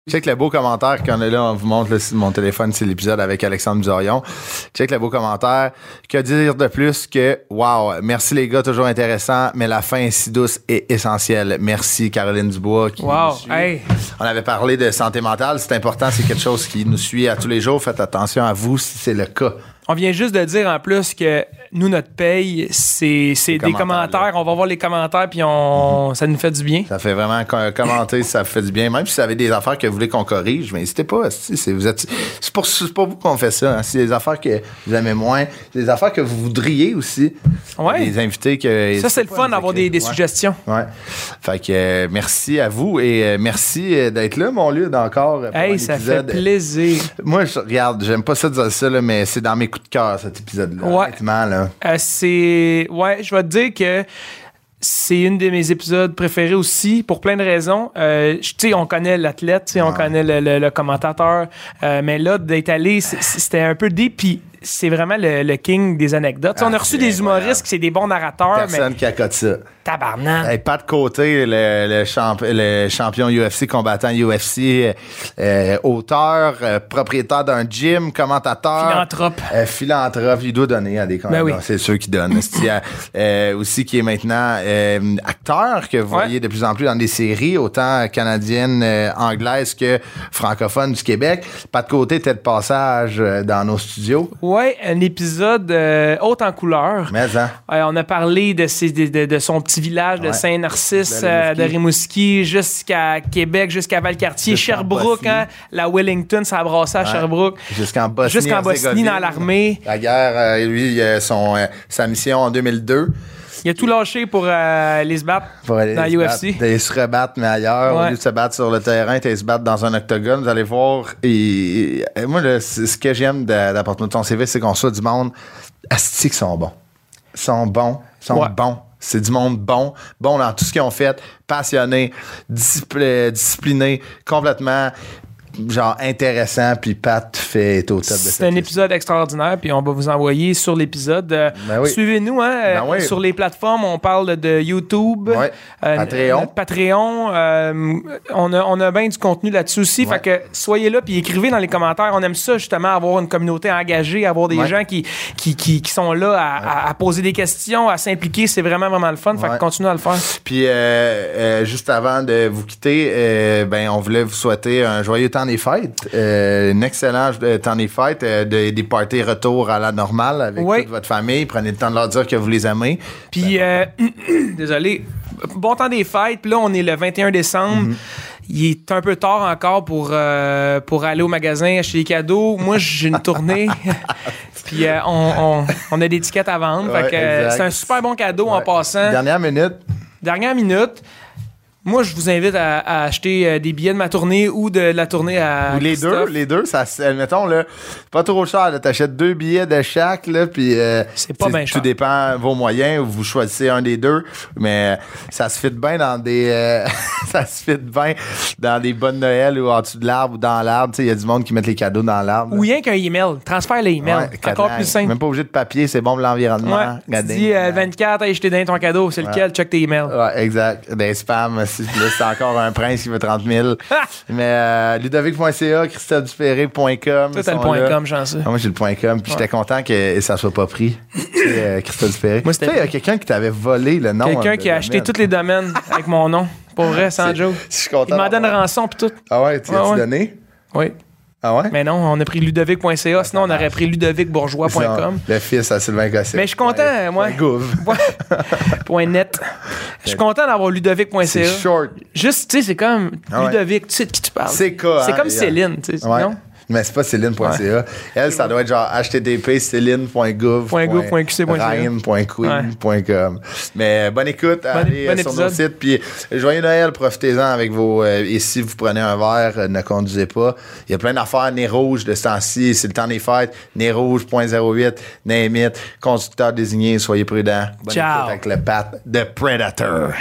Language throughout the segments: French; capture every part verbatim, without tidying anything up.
Check le beau commentaire qu'on a là, on vous montre là, sur mon téléphone, c'est l'épisode avec Alexandre Bizarion. Check le beau commentaire. Que dire de plus que wow, merci les gars, toujours intéressant, mais la fin si douce est essentielle. Merci Caroline Dubois qui wow. nous suit. Hey. On avait parlé de santé mentale, c'est important, c'est quelque chose qui nous suit à tous les jours. Faites attention à vous si c'est le cas. On vient juste de dire en plus que nous, notre paye, c'est, c'est des commentaires. commentaires. On va voir les commentaires, puis on, mm-hmm. ça nous fait du bien. Ça fait vraiment commenter, ça fait du bien. Même si vous avez des affaires que vous voulez qu'on corrige, mais n'hésitez pas. C'est, c'est, vous êtes, c'est, pour, c'est pour vous qu'on fait ça. Hein. C'est des affaires que vous aimez moins, des affaires que vous voudriez aussi. Ouais. Des invités que... Ça, c'est le fun d'avoir des, des ouais. suggestions. Ouais. Fait que euh, merci à vous et euh, merci d'être là, mon lieu, encore. Hey, ça fait plaisir. Moi, je regarde, j'aime pas ça de dire ça, là, mais c'est dans mes coups de cœur, cet épisode-là. Ouais. Honnêtement, là. Euh, c'est... Ouais, je vais te dire que c'est une de mes épisodes préférés aussi, pour plein de raisons. Euh, tu sais, on connaît l'athlète, on connaît le, le, le commentateur, euh, mais là, d'être allé, c'était un peu deep, puis c'est vraiment le, le king des anecdotes. Ah, on a reçu des humoristes qui c'est des bons narrateurs. Personne mais... qui accote ça. Tabarnak. Hey, Pat Côté, le, le, champ- le champion U F C, combattant U F C, euh, auteur, euh, propriétaire d'un gym, commentateur. Philanthrope. Euh, philanthrope. Il doit donner à des commentateurs. Ben oui. C'est ceux qui donnent. euh, aussi qui est maintenant euh, acteur, que vous ouais. voyez de plus en plus dans des séries, autant canadiennes, euh, anglaises que francophones du Québec. Pat Côté était de passage euh, dans nos studios. Oui, un épisode euh, haut en couleur. Mais hein. euh, on a parlé de, ses, de, de, de son petit village de ouais. Saint-Narcisse, de, euh, de Rimouski, jusqu'à Québec, jusqu'à Valcartier, jusqu'à Sherbrooke, hein, la Wellington, ça a brassé à ouais. Sherbrooke. Jusqu'en Bosnie, jusqu'en Bosnie dans l'armée. La guerre, euh, lui, il a son, euh, sa mission en deux mille deux. Il a tout lâché pour euh, aller se battre pour aller dans l'U F C. Il se rebattre, mais ailleurs. Ouais. Au lieu de se battre sur le terrain, il se battre dans un octogone. Vous allez voir. Et, et moi, là, ce que j'aime d'apporter ton C V, c'est qu'on soit du monde asti qui sont bons. Ils sont bons. Ils sont ouais. bons. C'est du monde bon. Bon dans tout ce qu'ils ont fait. Passionné, discipl- discipliné, complètement... genre intéressant, puis Pat fait est au top de ça. C'est un épisode extraordinaire, puis on va vous envoyer sur l'épisode. Euh, ben oui. Suivez-nous, hein, ben oui. sur les plateformes, on parle de YouTube, oui. euh, Patreon. Patreon, euh, on a, on a bien du contenu là-dessus aussi, ouais. fait que soyez là, puis écrivez dans les commentaires. On aime ça, justement, avoir une communauté engagée, avoir des ouais. gens qui, qui, qui, qui sont là à, ouais. à, à poser des questions, à s'impliquer, c'est vraiment, vraiment le fun, fait ouais. que continuez à le faire. Puis, euh, euh, juste avant de vous quitter, euh, ben, on voulait vous souhaiter un joyeux temps des fêtes, euh, un excellent temps des fêtes, euh, de, des parties retour à la normale avec oui. toute votre famille. Prenez le temps de leur dire que vous les aimez. Puis, euh, désolé, bon temps des fêtes. Puis là, on est le vingt et un décembre. Mm-hmm. Il est un peu tard encore pour, euh, pour aller au magasin acheter des cadeaux. Moi, j'ai une tournée. Puis euh, on, on, on a des tickets à vendre. Ouais, fait que, euh, c'est un super bon cadeau ouais. en passant. Dernière minute. Dernière minute. Moi, je vous invite à, à acheter euh, des billets de ma tournée ou de la tournée à ou les Christophe. deux, les deux, ça, mettons, là, pas trop cher, là, t'achètes deux billets de chaque, là, puis euh, c'est pas bien cher. Tout dépend de vos moyens, vous choisissez un des deux, mais ça se fit bien dans des, euh, ça se fit bien dans des bonnes Noël ou en dessous de l'arbre ou dans l'arbre, tu sais, il y a du monde qui met les cadeaux dans l'arbre. Ou rien qu'un email, transfère les emails, ouais, encore plus simple. Même pas obligé de papier, c'est bon pour l'environnement. Ouais, tu dis euh, vingt-quatre, hey, je t'ai donné ton cadeau, c'est ouais. lequel, check tes emails. Ouais, exact, des spams aussi, là, c'est encore un prince qui veut trente mille. Mais euh, ludovic point c a, christophe dupéré point com. Toi, t'as le point .com, chanceux. Ah, moi, j'ai le point .com. Puis ouais. j'étais content que ça soit pas pris. euh, Christophe Dupéré. Moi, c'était. Tu sais, il y a quelqu'un qui t'avait volé le nom. Quelqu'un qui a acheté tous les domaines avec mon nom. Pour vrai, sans joke. Je suis content. Il m'en donne rançon pis tout. Ah ouais, tu ouais, l'as-tu ouais. donné? Oui. Ah ouais? Mais non, on a pris ludovic point c a, sinon on aurait pris ludovic bourgeois point com. Le fils à Sylvain Gossett. Mais je suis content, ouais, moi. Point net. Je suis content d'avoir ludovic point c a. C'est short. Juste, tu sais, c'est comme ah ouais. Ludovic, tu sais de qui tu parles. C'est quoi? C'est hein, comme Céline, tu sais, ouais. non? Mais c'est pas céline point c a. Ouais. Elle, ça doit être genre h t t p céline point gouv point q c point queen point com. Mais bonne écoute, bon, allez bon sur nos sites. Puis joyeux Noël, profitez-en avec vos... Euh, et si vous prenez un verre, euh, ne conduisez pas. Il y a plein d'affaires. Nez rouge de ce temps-ci, c'est le temps des fêtes. Nez rouge, point zéro huit, name it. Conducteur désigné, soyez prudents. Bonne Ciao. écoute avec le Pat de Predator.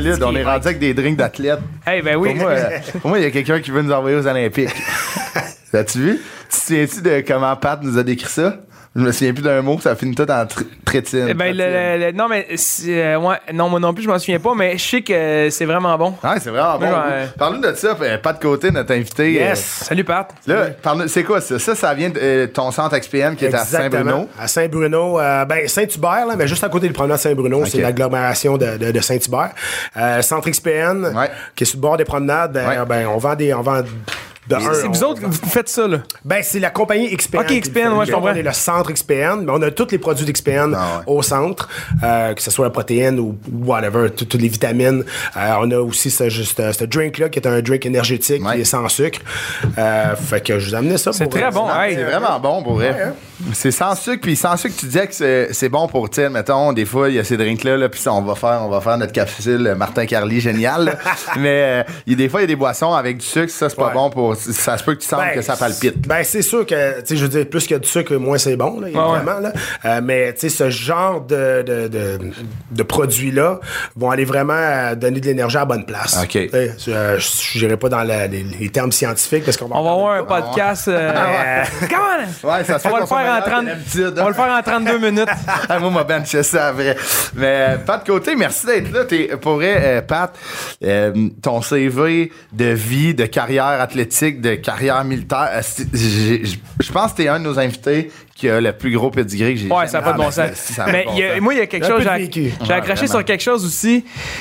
solide. On est rendu avec des drinks d'athlètes. Hey, ben oui. Pour moi, euh, pour moi, il y a quelqu'un qui veut nous envoyer aux Olympiques. As-tu vu? Tu te souviens-tu de comment Pat nous a décrit ça? Je me souviens plus d'un mot, ça finit tout en tr- trétine. Eh ben, le, le, le, non, mais euh, ouais, non, moi non plus, je m'en souviens pas, mais je sais que c'est vraiment bon. Ouais, c'est vraiment bon. Moi, euh, Parle-nous de ça, Pat Côté, notre invité. Yes! Euh, Salut, Pat. Là, parle- c'est quoi ça? Ça, ça vient de euh, ton centre X P N qui Exactement. est à Saint-Bruno. À Saint-Bruno, euh, ben Saint-Hubert, là, mais juste à côté du promenade Saint-Bruno, Okay. c'est l'agglomération de, de, de Saint-Hubert. Euh, centre X P N, Ouais. qui est sur le bord des promenades, ben, Ouais. ben on vend des... On vend de un, C'est vous on- autres, vous faites ça, là. Ben, c'est la compagnie X P N. Ok, X P N, qui le fait. ouais, je comprends. On est le centre X P N, mais on a tous les produits d'X P N Ah ouais. au centre, euh, que ce soit la protéine ou whatever, tout- toutes les vitamines. Euh, on a aussi ce, juste, ce drink-là, qui est un drink énergétique, Ouais. qui est sans sucre. Euh, fait que je vous ai amené ça. C'est pour- très bon, hey. C'est vraiment bon pour vrai. Ouais, hein? C'est sans sucre, puis sans sucre, tu disais que c'est, c'est bon pour, tu sais, mettons, des fois, il y a ces drinks-là, là, puis ça, on va faire, on va faire notre capsule Martin Carly, génial, là. Mais euh, il y a des fois, il y a des boissons avec du sucre, ça, c'est pas Ouais. bon pour. Ça se peut que tu sentes Ben, que ça palpite. Ben, c'est sûr que, tu sais, je veux dire, plus qu'il y a du sucre, moins c'est bon, là, évidemment. ouais. Là. Euh, mais, tu sais, ce genre de, de, de, de produits-là vont aller vraiment euh, donner de l'énergie à la bonne place. OK. Tu sais, Je n'irai pas dans la- les, les termes scientifiques parce qu'on va On va en avoir un parler de ça. podcast. Euh, Come on! Ouais, ça se fait On va qu'on le soit faire en meilleur que trente d'habitude. On va le faire en trente-deux minutes. Ah, moi, ma benché ça, vrai. Mais, euh, Pat Côté, merci d'être là. T'es, pour vrai, euh, Pat, euh, ton C V de vie, de carrière athlétique, de carrière militaire, euh, c'est- j'ai- je pense que t'es un de nos invités qui a le plus gros pedigree que j'ai Ouais, ça n'a pas de bon Ah, sens. ben, ça a pas Mais de bon il y a- sens. moi, il y a quelque Un chose. peu de J'ai vécu. j'ai Ouais, accroché vraiment. sur quelque chose aussi.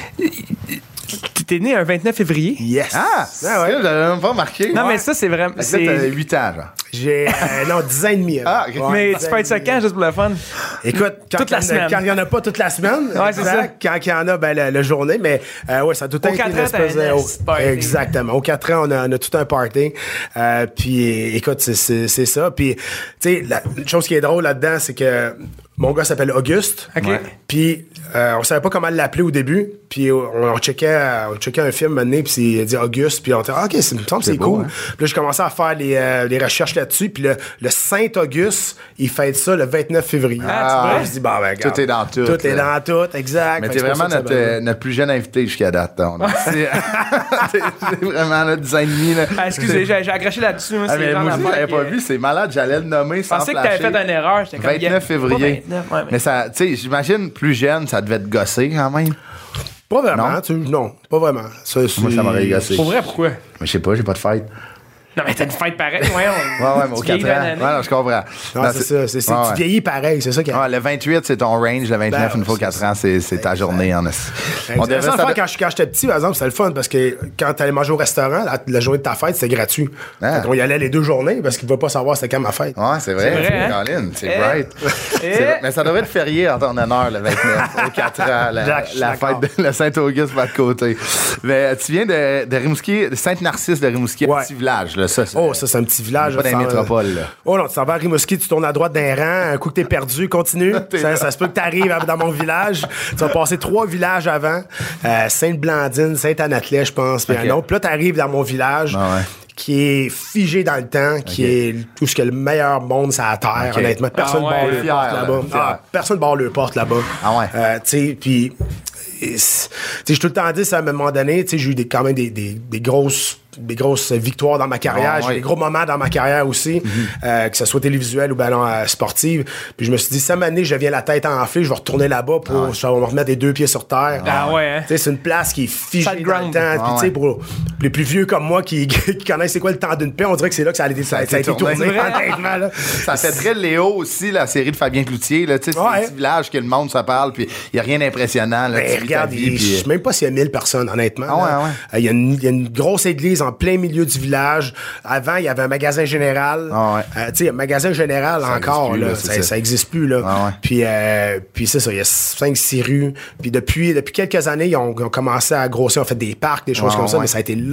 T'es né un vingt-neuf février. Yes. Ah, Ah ouais. ouais. J'avais même pas remarqué. Non, Ouais. mais ça, c'est vraiment. Fait que là, t'as c'est- huit ans, genre. J'ai, euh, non, dix ans et demi. Ah, là. ok. Mais dix tu ans fais et ça demi. quand, juste pour le fun? Écoute, quand Toute la il y en a- semaine. Quand il n'y en a pas toute la semaine, Ouais, c'est exact. Quand il y en a, ben, la, la journée, mais euh, ouais, ça a tout le temps Aux été quatre une ans, t'as espèce un de- esti party. Exactement. Aux quatre ans, on a, on a tout un party. Euh, puis, écoute, c'est, c'est, c'est ça. Puis, tu sais, la une chose qui est drôle là-dedans, c'est que mon gars s'appelle Auguste. OK. Ouais. Puis, euh, on savait pas comment l'appeler au début. Puis, on, on checkait, on checkait un film maintenant, puis il a dit Auguste. Puis, on était, ah, OK, c'est, il me semble que c'est, C'est beau, cool. hein? Puis là, j'ai commencé à faire les, euh, les recherches là-dessus. Puis, le, le Saint-Auguste, il fête ça le vingt-neuf février. Ah, tu vois? Je dis, bon, ben, regarde. Tout est dans tout, Tout est là. dans tout, exact. Mais Fait t'es que c'est pour vraiment ça que notre, ça va. euh, notre plus jeune invité jusqu'à date. On a- c'est, t'es, t'es vraiment notre dix ans et demi. Là. Ah, excusez, j'ai j'ai accroché là-dessus. Moi, Ah, c'est mais le genre moi aussi, d'affaire j'avais pas qui- vu. C'est malade. J'allais le nommer Je sans pensais que t'avais flasher. fait une erreur. J'étais comme, vingt-neuf février. Pas vingt-neuf, ouais, mais- Mais ça, tu sais, j'imagine, plus jeune, ça devait te gosser quand même. Pas vraiment, Non? tu sais, non, pas vraiment. Ça, Moi, c'est- ça m'aurait gossé. Pour vrai, pourquoi? Mais je sais pas, j'ai pas de fête. Non, mais t'as une fête pareille. Ouais, Ouais, ouais, mais au quatre ans. Ouais, non, je comprends. Non, Non, c'est ça. C'est, c'est- ouais, tu ouais. vieillis pareil, c'est ça qui Ouais, le vingt-huit, c'est ton range. Le vingt-neuf, Ben, une fois c'est quatre ans, c'est, c'est ta journée. En esti. On devrait ça, s'adapter- quand, je- quand j'étais petit, par exemple, c'était le fun parce que quand t'allais manger au restaurant, la, la journée de ta fête, c'était gratuit. Ah. Fait qu'on y allait les deux journées parce qu'ils ne pouvaient pas savoir c'était quand ma fête. Ouais, c'est vrai. C'est vrai, hein? Colin, c'est Eh. bright. Eh. C'est- Mais ça devrait être férié en ton honneur, le vingt-neuf, aux quatre ans, la, Jack, je suis la d'accord. fête de le Saint-Auguste va de côté. Mais tu viens de, de Rimouski, de Sainte-Narcisse de Rimouski, un Ouais. petit village, là, ça. c'est- Oh, ça, c'est un petit village. Pas là, dans les ça- métropoles, là. Oh non, tu t'en vas à Rimouski, tu tournes à droite d'un rang, un coup que t'es perdu, continue. T'es ça, là. ça se peut que t'arrives à- dans mon village. Tu vas passer trois villages avant. Euh, Sainte-Blandine, Sainte-Anne-Atlet, je pense, puis Ok. un autre. Puis là, t'arrives dans mon village. Ah ouais. Qui est figé dans le temps, qui Ok. est tout ce que le meilleur monde sur la terre, Ok. honnêtement. Personne Ah ouais. barre le Fier, porte là, là-bas. fier. Ah, personne barre le porte là-bas. Ah ouais. Euh, tu sais, puis... et c'est- Tu sais, j'ai tout le temps dit ça à un moment donné, tu sais, j'ai eu des, quand même des, des, des grosses des grosses victoires dans ma carrière, Ah, j'ai ouais. des gros moments dans ma carrière aussi, euh, que ce soit télévisuel ou ballon euh, sportive. Puis je me suis dit, cette année, je viens la tête enflée, je vais retourner là-bas pour je vais me remettre les deux pieds sur terre. Ah ouais, hein? Tu sais, c'est une place qui est figée Sale dans ground. le temps. Ah, Puis tu sais, ouais. pour les plus vieux comme moi qui, qui connaissent c'est quoi le temps d'une paix, on dirait que c'est là que ça a, été- ça a Ça a été été tourné, tourné. honnêtement. Là. Ça fait très Léo aussi, la série de Fabien Cloutier. Là, tu sais, c'est Ouais. un petit village que le monde se parle, puis il n'y a rien d'impressionnant. Là, Ben, tu vis ta regarde, vie, il- puis- je sais même pas s'il y a mille personnes, honnêtement. Ah ouais, là. ouais. Euh, Il y, a une- il y a une grosse église en plein milieu du village. Avant, il y avait un magasin général. Ah ouais. Euh, tu sais, un magasin général Ça encore, existe plus, là, là, c'est ça, ça. ça existe plus. Là. Ah ouais. Puis, euh, puis c'est ça, il y a cinq six rues. Puis depuis, depuis quelques années, ils ont, ils ont commencé à grossir, on fait des parcs, des choses Ah comme ça, ouais. mais ça a été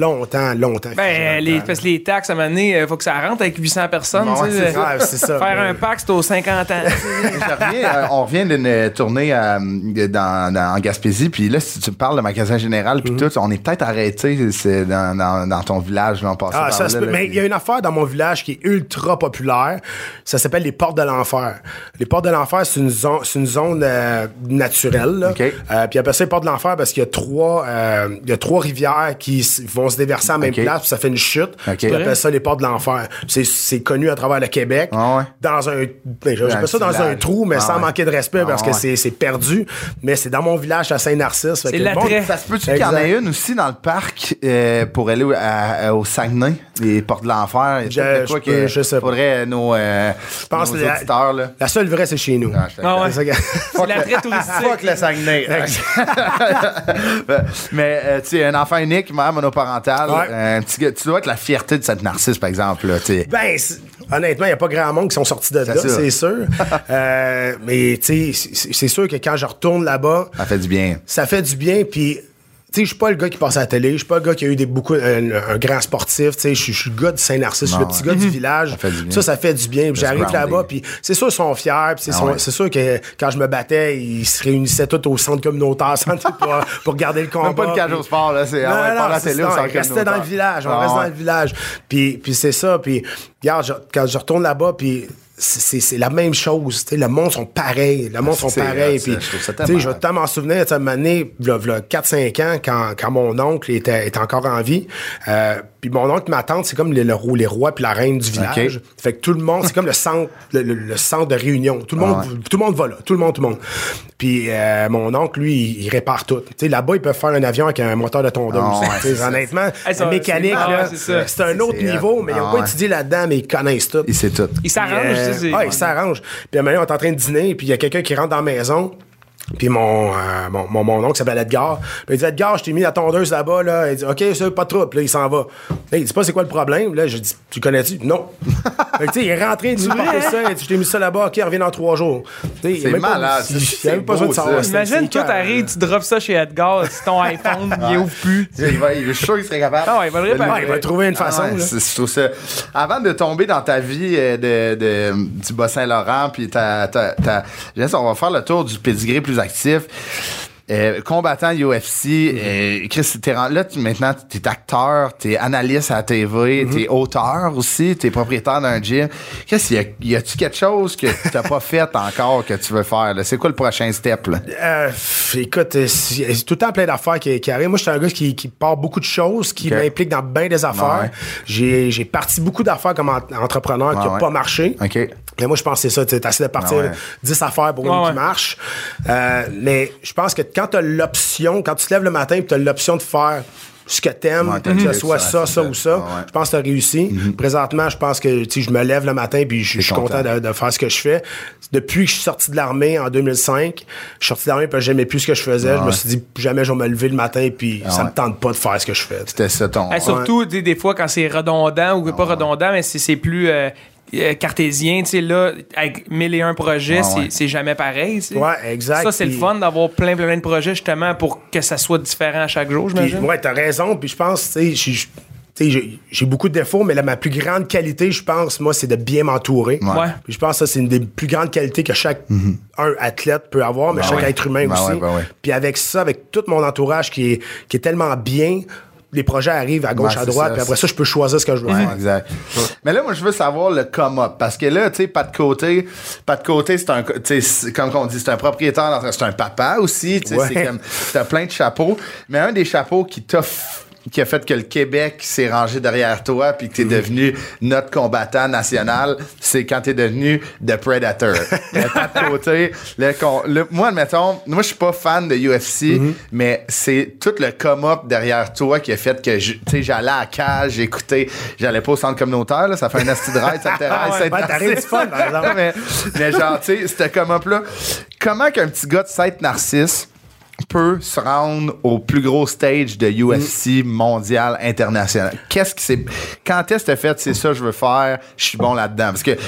longtemps, longtemps. Ben, les, parce que les taxes, à un moment donné, il faut que ça rentre avec huit cents personnes. Ouais, tu sais. c'est Ouais, c'est ça. Faire un pack, c'est aux cinquante ans. Je reviens, euh, on revient d'une tournée euh, dans, dans, en Gaspésie, puis là, si tu me parles de magasin général, puis Mm-hmm. tout, on est peut-être arrêté c'est dans, dans, dans ton village, là, on passe Ah, par ça là, se peut. là, Mais puis- il y a une affaire dans mon village qui est ultra populaire. Ça s'appelle les Portes de l'Enfer. Les Portes de l'Enfer, c'est une zone, c'est une zone euh, naturelle. Là. OK. Euh, puis après ça, les Portes de l'Enfer, parce qu'il y a trois, euh, il y a trois rivières qui s- vont se déverser à la même OK. place, puis ça fait une chute. OK. Puis on appelle ça les Portes de l'Enfer. C'est, c'est connu à travers le Québec. Ah ouais. Dans un, ben, j'appelle Un ça dans petit un village. trou, mais Ah sans ouais. manquer de respect, Ah parce que ouais. c'est, c'est perdu. Mais c'est dans mon village à Saint-Narcisse. Fait C'est que le l'attrait. monde- Ça se peut-tu qu'il y en ait une aussi dans le parc euh, pour aller au, à- à- au Saguenay, les Portes de l'Enfer? Il y a Je- peut-être de quoi je peux- que je sais pas. faudrait nos, euh, pense nos que la- auditeurs, là. La seule vraie, c'est chez nous. Ah, je fais- Ah ouais. C'est ça que- C'est l'attrait touristique. Fuck le Saguenay. Mais euh, tu sais, un enfant unique, mère monoparentale, Ouais. un petit gars, tu dois être la fierté de cette Narcisse, par exemple. Là, tu sais. Ben, c'est- honnêtement, il n'y a pas grand monde qui sont sortis de là, C'est ça. c'est sûr. Euh, mais, tu sais, c'est c'est sûr que quand je retourne là-bas, Ça fait du bien. ça fait du bien. Puis, tu sais, je suis pas le gars qui passe à la télé. Je suis pas le gars qui a eu des, beaucoup, un, un grand sportif. Tu sais, je suis- je suis le gars de Saint-Narcisse. Je suis Non, le petit ouais. gars du village. Ça fait du bien. Ça, ça fait du bien. Puis j'arrive grounding. là-bas, puis c'est sûr, ils sont fiers. Puis c'est Ah son- ouais. c'est sûr que quand je me battais, ils se réunissaient tous au centre communautaire santé pour, pour garder le combat. Même pas de cage Puis- au sport, là. C'est non, ah ouais, non, pas la c'est télé ça, au on centre restait dans communautaire. le village, on Ah reste ouais. dans le village. Puis, puis c'est ça, puis regarde, je- quand je retourne là-bas, puis c'est, c'est, c'est la même chose, tu sais, le monde sont pareils, le monde sont C'est- pareils, c'est- puis je trouve ça tu sais, tellement- je vais tant m'en souvenir, tu sais, à un moment donné, v'là- v'là quatre cinq ans, quand, quand mon oncle était, était encore en vie, euh, puis mon oncle et ma tante, c'est comme les, le roi- les rois puis la reine du village. OK. Fait que tout le monde, c'est comme le centre, le, le- le centre de réunion. Tout le monde, Ah ouais. tout le monde va là, tout le monde, tout le monde. Puis euh, mon oncle, lui, il, il répare tout. Tu sais, là-bas, ils peuvent faire un avion avec un moteur de tondeuse. Ah ouais, Tu sais, c'est ça. honnêtement, Hey, ça- la mécanique, c'est- là, ah, c'est ça. c'est un autre C'est- niveau, mais ils n'ont ah pas ouais. étudié là-dedans, mais ils connaissent tout. Il sait tout. Il s'arrange, Euh, tu sais. c'est- ouais, il s'arrange. Puis à un moment donné, on est en train de dîner, puis il y a quelqu'un qui rentre dans la maison. Puis mon, euh, mon, mon, mon oncle s'appelle Edgar. Puis il dit, Edgar, je t'ai mis la tondeuse là-bas. Là. Il dit, OK, ça, pas de trouble. Puis là, il s'en va. Là, il dit pas c'est quoi le problème. Là, je dis, tu connais-tu? Non. Fait que, tu sais, il est rentré, il dit, porter ça. Il dit, je t'ai mis ça là-bas. OK, reviens dans trois jours. Tu sais, il a C'est même pas- malade. Il C'est il a même pas besoin de beau, savoir. ça. C'est- Imagine, c'est toi, t'arrives, tu drops ça chez Edgar, si ton iPhone, il ouvre plus. Il va- il- je suis sûr qu'il serait capable. Ah ouais, il va le réparer. Ouais, il va trouver une Ah façon. ouais, là. c'est- je trouve ça- Avant de tomber dans ta vie euh, de, de- du Bas-Saint-Laurent, puis ta, ta, ta- je pense qu'on va faire le tour du pédigré plus actif. Euh, combattant U F C, euh, Chris, t'es ren- là, tu, maintenant, t'es acteur, t'es analyste à la T V, t'es auteur aussi, t'es propriétaire d'un gym. Qu'est-ce, y, a, y a-tu quelque chose que t'as pas fait encore que tu veux faire, là? C'est quoi le prochain step, là? Euh, f- écoute, euh, c'est c'est tout le temps plein d'affaires qui, qui arrivent. Moi, je suis un gars qui, qui part beaucoup de choses, qui Ok. m'implique dans bien des affaires. Ouais. J'ai, j'ai parti beaucoup d'affaires comme en- entrepreneur qui Ouais, n'ont ouais. pas marché. OK. Mais moi, je pense que c'est ça. Tu essaies de partir Ah ouais. dix affaires pour une Ouais, qui ouais. marche. Euh, mais je pense que quand tu as l'option, quand tu te lèves le matin et tu as l'option de faire ce que t'aimes, Ouais, t'as que ce réussi soit ça, ça, ça ça. ou ça, Ouais, ouais. je pense que tu as réussi. Présentement, je pense que tu sais, je me lève le matin puis je je suis content. content de, de faire ce que je fais. Depuis que je suis sorti de l'armée en deux mille cinq, je suis sorti de l'armée parce que j'aimais plus ce que je faisais. Ah je me ouais. suis dit, plus jamais je vais me lever le matin puis Ah ça ouais. me tente pas de faire ce que je fais. C'était ça ton... Hey, surtout, des, des fois, quand c'est redondant ou pas redondant, mais c'est, c'est plus euh, euh, cartésien, tu sais, là, avec mille et un projets, Ouais, c'est, ouais. c'est jamais pareil, tu sais. Ouais, exact. Ça, c'est Puis- le fun d'avoir plein, plein, plein de projets, justement, pour que ça soit différent à chaque jour, Puis, j'imagine. ouais, t'as raison. Puis je pense, tu sais, j'ai- tu sais, j'ai j'ai beaucoup de défauts, mais là, ma plus grande qualité, je pense, moi, c'est de bien m'entourer. Ouais. Ouais. Puis je pense que ça, c'est une des plus grandes qualités que chaque un athlète peut avoir, mais Ben chaque ouais. être humain Ben aussi. ouais, ben ouais. Puis avec ça, avec tout mon entourage qui est, qui est tellement bien, les projets arrivent à gauche, Ouais, à c'est droite, ça. puis après ça, je peux choisir ce que je veux Ouais, faire. exact. Mais là, moi, je veux savoir le come-up. Parce que là, tu sais, pas de côté. Pas de côté, c'est un. Tu sais, c'est- comme on dit, c'est un propriétaire, d'entreprise, c'est un papa aussi. Tu sais, Ouais. c'est comme. T'as plein de chapeaux. Mais un des chapeaux qui t'a. f- qui a fait que le Québec s'est rangé derrière toi puis que t'es devenu notre combattant national, c'est quand t'es devenu The Predator. Le pas de côté. Le, con- le- moi, admettons, moi, je suis pas fan de U F C, mais c'est tout le come-up derrière toi qui a fait que, je- tu sais, j'allais à la cage, j'écoutais, j'allais pas au centre communautaire, là, ça fait un asti de ride, ça me terrasse, Ouais, Sainte-Narcisse. t'arrives du fun, par exemple. mais, mais genre, tu sais, c'était come-up-là. Comment qu'un petit gars de Sainte-Narcisse peut se rendre au plus gros stage de U F C mondial, international? Qu'est-ce que c'est? Quand est-ce que t'as fait, c'est ça, je veux faire, je suis bon là-dedans? Parce que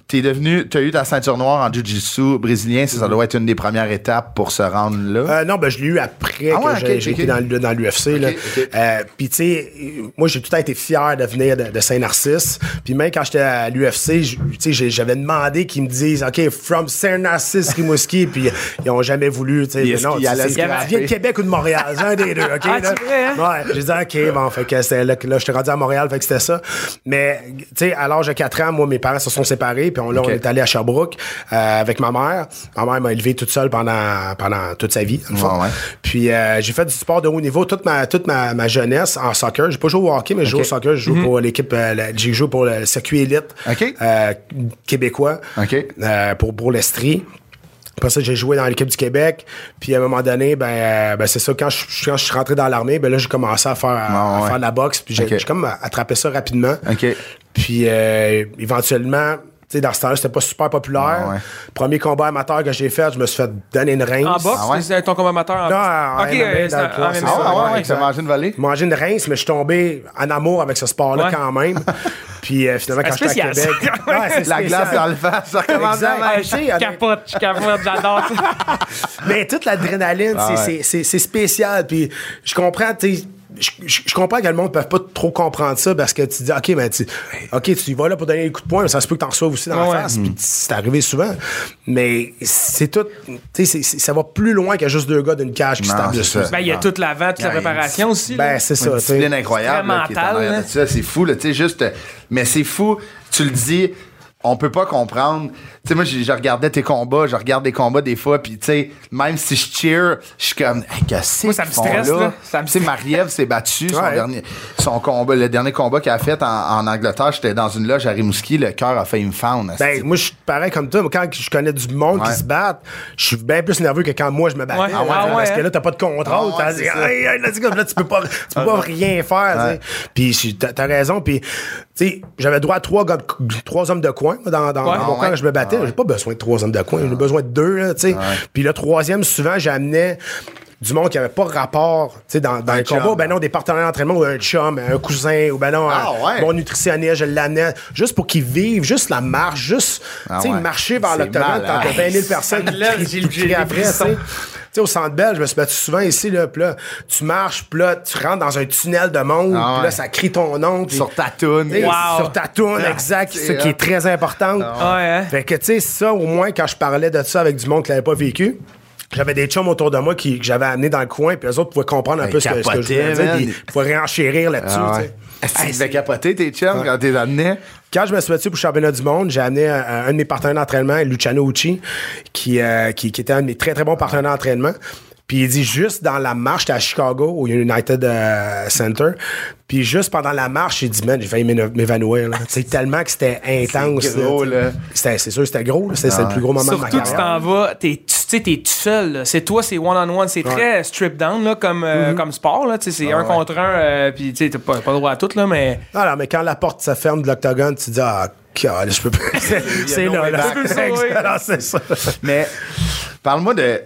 t'es devenu, t'as eu ta ceinture noire en jiu-jitsu brésilien, ça, ça doit être une des premières étapes pour se rendre là. Euh, non, ben je l'ai eu après ah que ouais, j'ai, okay, j'ai okay. été dans, dans l'U F C. Okay, okay. euh, Puis tu sais, moi j'ai tout le temps été fier de venir de, de Saint-Narcisse. Puis même quand j'étais à l'U F C, j'avais demandé qu'ils me disent, OK, from Saint-Narcisse, Rimouski, puis ils ont jamais voulu. Tu sais, non, tu viens de Québec ou de Montréal, c'est un des deux, OK? Ah, là. C'est vrai, hein? Ouais, j'ai dit, OK, bon, fait que c'était là que là, j'étais rendu à Montréal, fait que c'était ça. Mais tu sais, à l'âge de quatre ans, moi, mes parents se sont séparés, puis on, là, okay. on est allé à Sherbrooke euh, avec ma mère. Ma mère m'a élevé toute seule pendant, pendant toute sa vie. Ouais, ouais. Puis euh, j'ai fait du sport de haut niveau toute ma, toute ma, ma jeunesse en soccer. J'ai pas joué au hockey, mais j'ai okay. joué au soccer. J'ai joué mm-hmm. pour l'équipe, euh, la, j'ai joué pour le circuit élite okay. euh, québécois okay. euh, pour, pour l'Estrie. Après ça, j'ai joué dans l'équipe du Québec. Puis à un moment donné, ben, euh, ben c'est ça, quand je, quand je suis rentré dans l'armée, ben là, j'ai commencé à faire, à, oh, ouais. à faire de la boxe. Puis j'ai, okay. j'ai comme attrapé ça rapidement. Okay. Puis euh, éventuellement... Tu sais, dans ce temps-là, c'était pas super populaire. Ah ouais. Premier combat amateur que j'ai fait, je me suis fait donner une rince. En boxe? Ah ouais? C'est ton combat amateur? En... Non, en OK, M M A, euh, dans le poids. Ah ouais, ouais, tu as mangé une volée? J'ai mangé une rince, mais je suis tombé en amour avec ce sport-là ouais. quand même. Puis euh, finalement, quand j'étais à Québec... ouais, c'est la glace dans le face, ça recommence à marcher. Je capote, je capote, j'adore ça. Mais toute l'adrénaline, ah c'est, ouais. c'est, c'est spécial. Puis je comprends, tu sais... Je, je, je comprends que le monde ne peut pas trop comprendre ça parce que tu dis, OK, mais tu, OK, tu y vas là pour donner des coups de poing, mais ça se peut que tu en reçoives aussi dans ouais, la face. Puis c'est arrivé souvent. Mais c'est tout, tu sais, ça va plus loin que juste deux gars d'une cage qui se tapent dessus. Ben, il y a toute l'avant, toute la préparation aussi. Ben, là. C'est ça. Une discipline incroyable. Là, mental, ça, c'est fou, là, tu sais, juste. Mais c'est fou, tu le dis. On peut pas comprendre. Tu sais, moi, je, je regardais tes combats, je regarde des combats des fois, puis tu sais, même si je cheer, je suis comme, hey, qu'est-ce que ça me stresse, là? Ça me tu sais, Marie-Ève s'est battue, son, ouais. dernier, son combat, le dernier combat qu'elle a fait en, en Angleterre, j'étais dans une loge à Rimouski, le cœur a failli me fendre. Ben, moi, je suis pareil comme toi, mais quand je connais du monde ouais. qui se bat, je suis bien plus nerveux que quand moi, je me battais. Ouais. Ah ouais, ah parce ouais, que là, t'as pas de contrôle. Ah ouais, t'as dit, hey, hey, là, là, tu peux pas, tu peux pas rien faire, ouais. Puis t'as, t'as raison, puis, tu sais, j'avais droit à trois, gars, trois hommes de coin dans, dans, ouais. dans mon camp, ouais. je me battais. Ah ouais. J'ai pas besoin de trois hommes de coin, j'ai besoin de deux, là, tu sais. Ouais. Puis le troisième, souvent, j'amenais du monde qui avait pas rapport, tu sais, dans, dans les combats. Ben non, des partenaires d'entraînement ou un chum, un cousin, ou ben non, ah un ouais. bon nutritionniste, je l'amenais, juste pour qu'ils vivent, juste la marche, juste, ah tu sais, ouais. marcher vers l'octogone tant que vingt mille personnes qui crient après, tu sais. Tu sais, au Centre Bell, je me suis battu souvent ici, là, pis là, tu marches, pis là, tu rentres dans un tunnel de monde, ah ouais. pis là, ça crie ton nom. Pis, sur ta toune. Wow. Sur ta toune, ah, exact, c'est ça qui est très important. Ah ouais. Hein? Fait que, tu sais, ça, au moins, quand je parlais de ça avec du monde qui l'avait pas vécu, j'avais des chums autour de moi qui, que j'avais amenés dans le coin, puis eux autres pouvaient comprendre un ben, peu ce que, ce que je voulais dire, puis ils pouvaient réenchérir là-dessus, ah ouais. tu sais. Est-ce que tu devais capoter tes chums ouais. quand t'es amené? Quand je me suis battu pour le championnat du monde, j'ai amené un, un de mes partenaires d'entraînement, Luciano Ucci, qui, euh, qui, qui était un de mes très, très bons partenaires d'entraînement. Puis il dit juste dans la marche, j'étais à Chicago, au United euh, Center. Puis juste pendant la marche, j'ai dit, man, j'ai failli m'évanouir. C'est tellement que c'était intense. C'est gros, là. là. C'était, c'est sûr, c'était gros. C'était, ah, c'est le plus gros moment surtout de ma carrière. Surtout que tu t'en vas, t'es, tu sais, t'es tout seul. Là. C'est toi, c'est one-on-one. C'est ouais. très strip down là, comme, euh, mm-hmm. comme sport. Là. C'est ah, un ouais. contre un. Euh, Puis tu sais, t'as pas, pas le droit à tout. Là, mais... Non, non, mais quand la porte se ferme de l'octogone, tu dis, ah, God, je peux pas. c'est c'est là, là. C'est ça. Mais parle-moi de...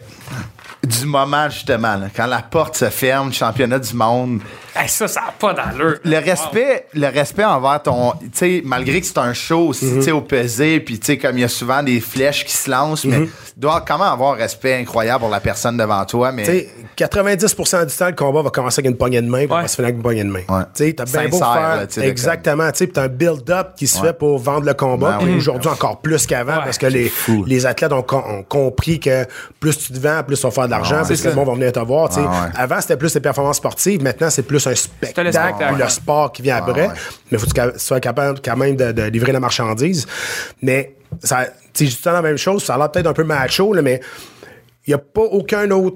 du moment, justement, là, quand la porte se ferme, championnat du monde. Hey, ça, ça n'a pas d'allure. Le respect, wow. le respect envers ton... Tu sais, malgré que c'est un show aussi, mm-hmm. tu sais, au pesé, puis tu sais, comme il y a souvent des flèches qui se lancent, mm-hmm. mais tu dois quand même avoir un respect incroyable pour la personne devant toi, mais... Tu sais, quatre-vingt-dix pour cent du temps, le combat va commencer avec une poignée de main, puis ouais. va se finir avec une poignée de main. Ouais. Tu sais, t'as bien beau faire... Là, exactement, tu sais, puis t'as un build-up qui se ouais. fait pour vendre le combat, puis ouais, aujourd'hui ouais. encore plus qu'avant, ouais. parce que les, les athlètes ont, ont compris que plus tu te vends, plus tu vas faire de l'argent, ouais, plus le monde va venir te voir, tu sais. Ouais. Avant, c'était plus les performances sportives, maintenant, c'est plus un spectacle. Ou le sport qui vient après, ah ouais. mais il faut que tu sois capable quand même de, de livrer la marchandise. Mais ça, c'est justement la même chose, ça a l'air peut-être un peu macho, là, mais il n'y a pas aucun autre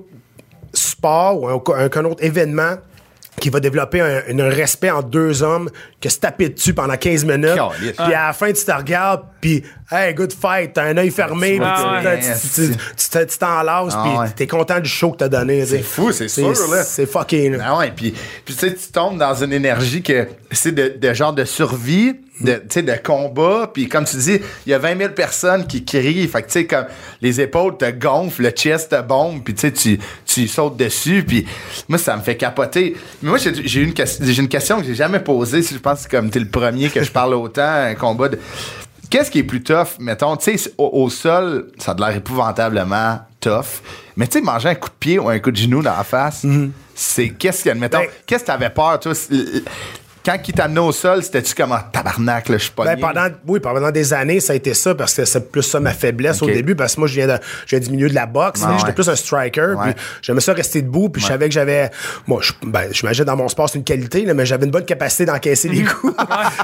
sport ou aucun autre événement qui va développer un, un respect entre deux hommes que se taper dessus pendant quinze minutes. Puis ah. à la fin, tu te regardes, puis hey, good fight, t'as un œil fermé, ah, ouais. tu, tu, tu, tu t'en lasses, ah, puis ouais. t'es content du show que t'as donné. C'est fou, c'est, c'est sûr, là. C'est fucking. Ah ouais, puis tu sais, tu tombes dans une énergie que c'est de, de genre de survie, de, tu sais, de combat, puis comme tu dis, il y a vingt mille personnes qui crient, fait que tu sais, comme les épaules te gonflent, le chest te bombe, puis tu sais, tu, tu sautes dessus, puis moi, ça me fait capoter. Mais moi, j'ai, j'ai, une, j'ai une question que j'ai jamais posée, je pense que comme t'es le premier que je parle autant, un combat de... qu'est-ce qui est plus tough, mettons, tu sais, au, au sol, ça a l'air épouvantablement tough, mais tu sais, manger un coup de pied ou un coup de genou dans la face, mm-hmm. c'est qu'est-ce qu'il y a, mettons, ben, qu'est-ce que t'avais peur, toi? Quand il t'amenait au sol, c'était-tu comme un tabarnak, là, je suis pas ben, pendant, oui, pendant des années, ça a été ça, parce que c'est plus ça ma faiblesse okay. au début, parce que moi, je viens, de, je viens du milieu de la boxe, ah, j'étais ouais. plus un striker, ouais. puis j'aimais ça rester debout, puis ouais. je savais que j'avais, moi, je, ben, j'imagine dans mon sport, c'est une qualité, là, mais j'avais une bonne capacité d'encaisser les coups.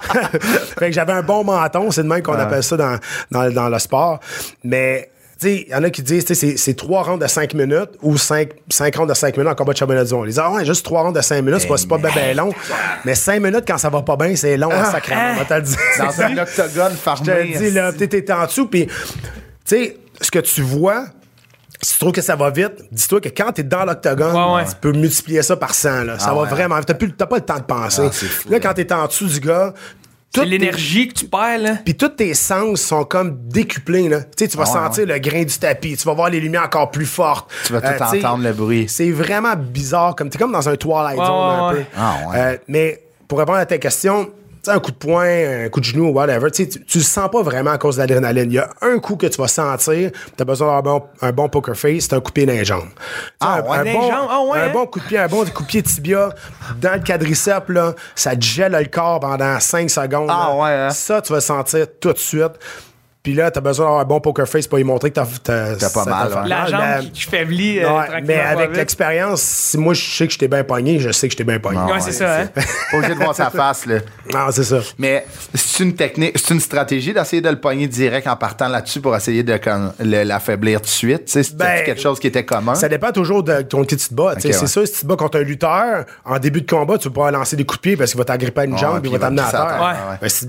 Fait que j'avais un bon menton, c'est de même qu'on ouais. appelle ça dans, dans, dans le sport. Mais, il y en a qui disent que c'est, c'est trois rounds de cinq minutes ou cinq, cinq rounds de cinq minutes en combat de championnat du monde. Ils disent, ah ouais, juste trois rounds de cinq minutes, c'est pas, c'est pas bien ben long. Mais cinq minutes, quand ça va pas bien, c'est long, ah, sacrément. Ah, dans un octogone farmé. Je te dis, là, t'es en dessous, puis, tu sais, ce que tu vois, si tu trouves que ça va vite, dis-toi que quand t'es dans l'octogone, ouais, ouais. tu peux multiplier ça par cent. Là. Ça ah, va ouais. vraiment. T'as, plus, t'as pas le temps de penser. Ah, fou, là, quand t'es en dessous du gars, c'est l'énergie tes... que tu perds, là. Puis tous tes sens sont comme décuplés, là. Tu sais, tu vas ah, sentir ouais. le grain du tapis, tu vas voir les lumières encore plus fortes. Tu vas tout euh, entendre le bruit. C'est vraiment bizarre, comme t'es comme dans un Twilight Zone ouais, un ouais. peu. Ah, ouais. euh, mais pour répondre à ta question, tu sais, un coup de poing, un coup de genou, whatever, tu, tu le sens pas vraiment à cause de l'adrénaline. Il y a un coup que tu vas sentir, tu as besoin d'avoir un bon, un bon poker face, c'est un coup de pied dans les jambes. Ah, un, ouais, un, bon, jambes? Ah, ouais, un hein? bon coup de pied, un bon coup de pied tibia dans le quadriceps, là, ça te gèle le corps pendant cinq secondes. Ah, là. ouais, hein? Ça, tu vas sentir tout de suite. Puis là, t'as besoin d'avoir un bon poker face pour lui montrer que t'as, t'as, t'as pas mal. Ouais. La jambe la... qui faiblit euh, ouais, mais avec l'expérience, si moi je sais que j'étais bien pogné, je sais que j'étais bien pogné. Ouais, ouais, c'est ça. Hein? Pas obligé de voir sa face, là. Non, c'est ça. Mais c'est une technique, c'est une stratégie d'essayer de le pogner direct en partant là-dessus pour essayer de le, l'affaiblir tout de suite. Tu sais, c'était ben, quelque chose qui était commun. Ça dépend toujours de ton qui tu te bats. Okay, c'est ouais. sûr, si tu te bats contre un lutteur, en début de combat, tu vas pouvoir lancer des coups de pied parce qu'il va t'agripper à une jambe et il va t'amener à terre. Mais si tu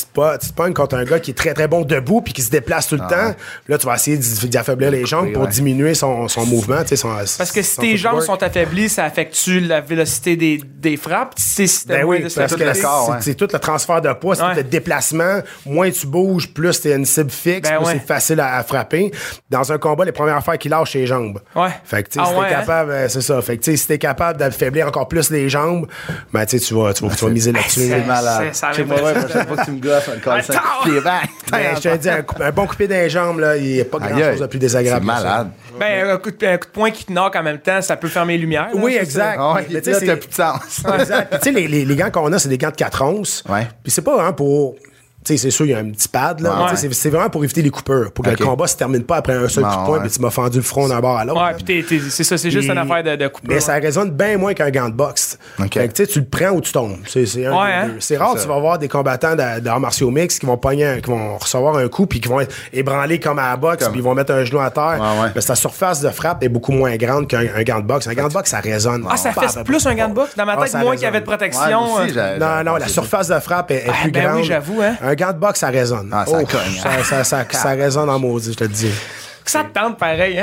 te pognes contre un gars qui est très très bon debout puis qui se déplace tout le ah, temps, ouais. là, tu vas essayer d'affaiblir les jambes oui, pour ouais. diminuer son, son mouvement. Son, parce que si tes jambes sont affaiblies, ça affecte-tu la vélocité des, des frappes? Si ben oui, de parce que c'est, corps, ouais. c'est tout le transfert de poids, c'est ouais. tout le déplacement. Moins tu bouges, plus tu as une cible fixe, ben plus ouais. c'est facile à, à frapper. Dans un combat, les premières affaires qu'il lâche, c'est les jambes. Ouais. Fait que, tu sais, ah, si ouais, t'es capable, hein? c'est ça. Fait que, tu sais, si t'es capable d'affaiblir encore plus les jambes, ben, tu sais, tu vas, tu vas, tu vas miser là-dessus. C'est malade. Je sais pas, la prochaine fois que tu me gosses, on le cinq pieds. Je te dis, un bon coupé dans les jambes, là, il n'y a pas grand-chose de plus désagréable. C'est malade. Ben, un coup, de, un coup de poing qui te knock en même temps, ça peut fermer les lumières. Là, oui, exact. Ah ouais, mais tu sais, t'as plus de sens. Exact. Tu sais, les, les, les gants qu'on a, c'est des gants de quatre onces. Ouais. Puis c'est pas vraiment pour... Tu sais, c'est sûr, il y a un petit pad, là. Ouais. C'est, c'est vraiment pour éviter les coupures, pour que okay. le combat se termine pas après un seul non, coup de poing, ouais. puis tu m'as fendu le front d'un bord à l'autre. Ouais, puis t'es, t'es, c'est ça, c'est juste et, une affaire de, de coupure. Mais ça résonne bien moins qu'un gant de boxe. Okay. Fait que tu sais, tu le prends ou tu tombes. C'est, c'est, un ouais, hein? c'est rare, c'est tu vas voir des combattants de, d'arts martiaux mixtes qui vont pogner, qui vont recevoir un coup, puis qui vont être ébranlés comme à la boxe, puis ils vont mettre un genou à terre. Ouais, ouais. Mais sa surface de frappe est beaucoup moins grande qu'un un gant de boxe. Un gant de boxe, ça résonne. Ah, ça fait plus un gant de boxe? Dans ma tête, moins qu'il y avait de protection. Non, non, la surface de frappe est plus grande. Oui, j'avoue, hein. Un gant de boxe, ça résonne. Ah, ça, oh, cogne, ça, ça, ça, ça résonne en maudit, je te le dis. Ça te tente pareil, hein?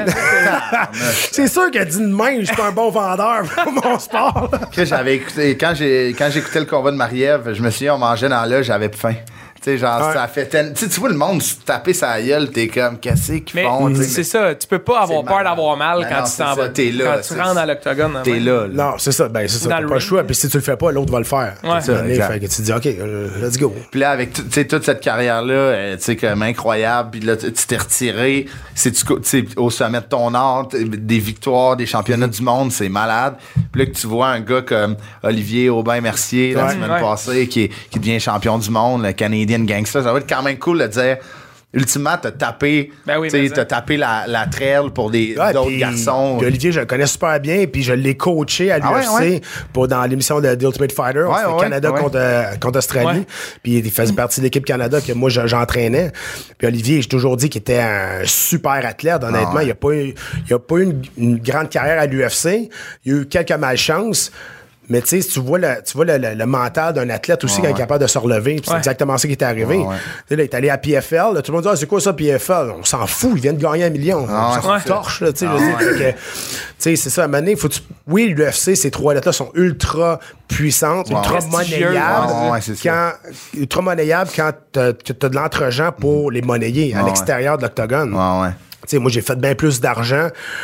C'est sûr que dit de même, je suis un bon vendeur pour mon sport. J'avais écouté, quand, j'ai, quand j'écoutais le combat de Marie-Ève, je me suis dit, on mangeait dans l'œil, j'avais faim. Tu sais, genre, ouais. ça fait ten... Tu vois le monde se taper sa gueule, t'es comme, qu'est-ce qu'ils font? Mais c'est ça, tu peux pas avoir peur d'avoir mal ben quand non, tu t'en vas. T'es là. Quand tu rentres dans l'octogone. T'es là, là. Non, c'est ça, ben c'est ça, t'as pas le choix. Puis si tu le fais pas, l'autre va le faire. Ouais. C'est ça, fait que tu te dis, OK, let's go. Puis là, avec toute cette carrière-là, tu sais, comme incroyable, puis là, tu t'es retiré, c'est au sommet de ton art, des victoires, des championnats du monde, c'est malade. Puis là, que tu vois un gars comme Olivier Aubin-Mercier, la semaine ouais. passée, qui, est, qui devient champion du monde, le Canadian Gangster, ça va être quand même cool de dire ultimement t'as tapé ben oui, t'as tapé la, la trail pour des, ouais, d'autres pis, garçons pis Olivier je le connais super bien puis je l'ai coaché à l'U F C ah ouais, ouais. pour dans l'émission de The Ultimate Fighter ouais, c'était ouais, Canada ouais. contre, contre Australie ouais. puis il faisait partie de l'équipe Canada que moi j'entraînais puis Olivier j'ai toujours dit qu'il était un super athlète honnêtement ah ouais. il a pas eu, il a pas eu une, une grande carrière à l'U F C il a eu quelques malchances. Mais tu sais, si tu vois le, tu vois le, le, le mental d'un athlète aussi, ouais, qui est capable de se relever, c'est ouais. exactement ça qui est arrivé. Ouais, ouais. Là, il est allé à P F L, là, tout le monde dit ah, c'est quoi ça P F L? On s'en fout, il vient de gagner un million. Ah, on s'en ouais. torche, là, tu sais. Ah, c'est ça, à un moment donné, faut tu... oui, l'U F C, ces trois lettres-là sont ultra puissantes, ouais, ultra monnayables. Ouais, ouais, quand, ultra monnayables quand t'as, t'as de l'entre-gens pour mm. les monnayer à ouais, l'extérieur de l'octogone. Ouais, ouais. Tu sais, moi, j'ai fait bien plus d'argent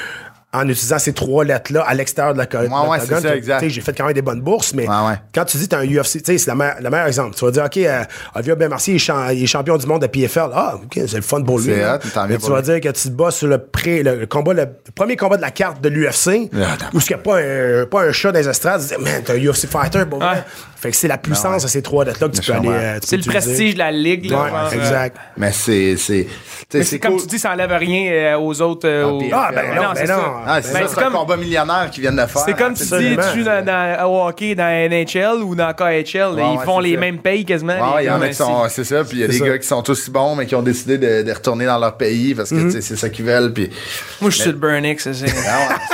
en utilisant ces trois lettres-là à l'extérieur de la colonne. Ouais, ouais, c'est ça, exact. J'ai fait quand même des bonnes bourses, mais ouais, ouais. quand tu dis que tu as un U F C, c'est le meilleur, meilleur exemple. Tu vas dire, OK, euh, Avia Ben Mercier, il est, champ, il est champion du monde de P F L. Ah, OK, c'est le fun pour lui. C'est hot, mais tu vas lui. dire que tu te bats sur le, pré, le, combat, le, le premier combat de la carte de l'U F C, ah, où il n'y a pas un, pas un chat dans les estrades. Tu dis, man, t'es un U F C fighter, bon, ouais. Fait que c'est la puissance non, ouais. de ces trois lettres-là que tu peux aller. Euh, tu c'est peux le prestige de la ligue. Là, ouais, genre, exact. Euh, mais c'est. c'est Mais c'est comme cool. Tu dis, ça enlève rien euh, aux autres. Euh, ah, aux... ah, ben non, c'est ça. Ah, c'est ben, ça, c'est un combat millionnaire qu'ils viennent de faire. C'est comme tu dis, tu joues dans, dans, au hockey, dans N H L ou dans K H L. Ouais, ils ouais, font les ça. mêmes payes quasiment. Ouais, il y en a qui sont. C'est ça. Puis il y a des ça. gars qui sont aussi bons, mais qui ont décidé de, de retourner dans leur pays parce que mm-hmm. c'est ça qu'ils veulent. Puis... Moi, je suis sur le Burnix, ça, c'est.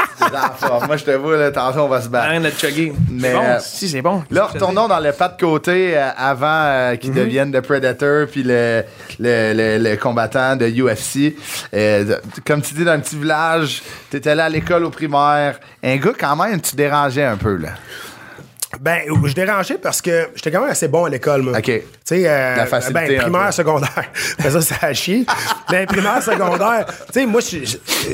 Moi, je te vois, là, tantôt, on va se battre. Rien de chugger. Mais bon, si, c'est bon. Là, retournons dans le pas de côté euh, avant euh, qu'ils mm-hmm. deviennent le Predator puis le, le, le, le combattant de U F C. Euh, comme tu dis, dans un petit village, t'étais là à l'école au primaire. Un gars, quand même, tu dérangeais un peu, là. Ben, je dérangeais parce que j'étais quand même assez bon à l'école, moi. OK. Tu sais, euh, la facilité ben, primaire, secondaire. Mais ça, ça a chier. Ben, primaire, secondaire. Tu sais, moi, je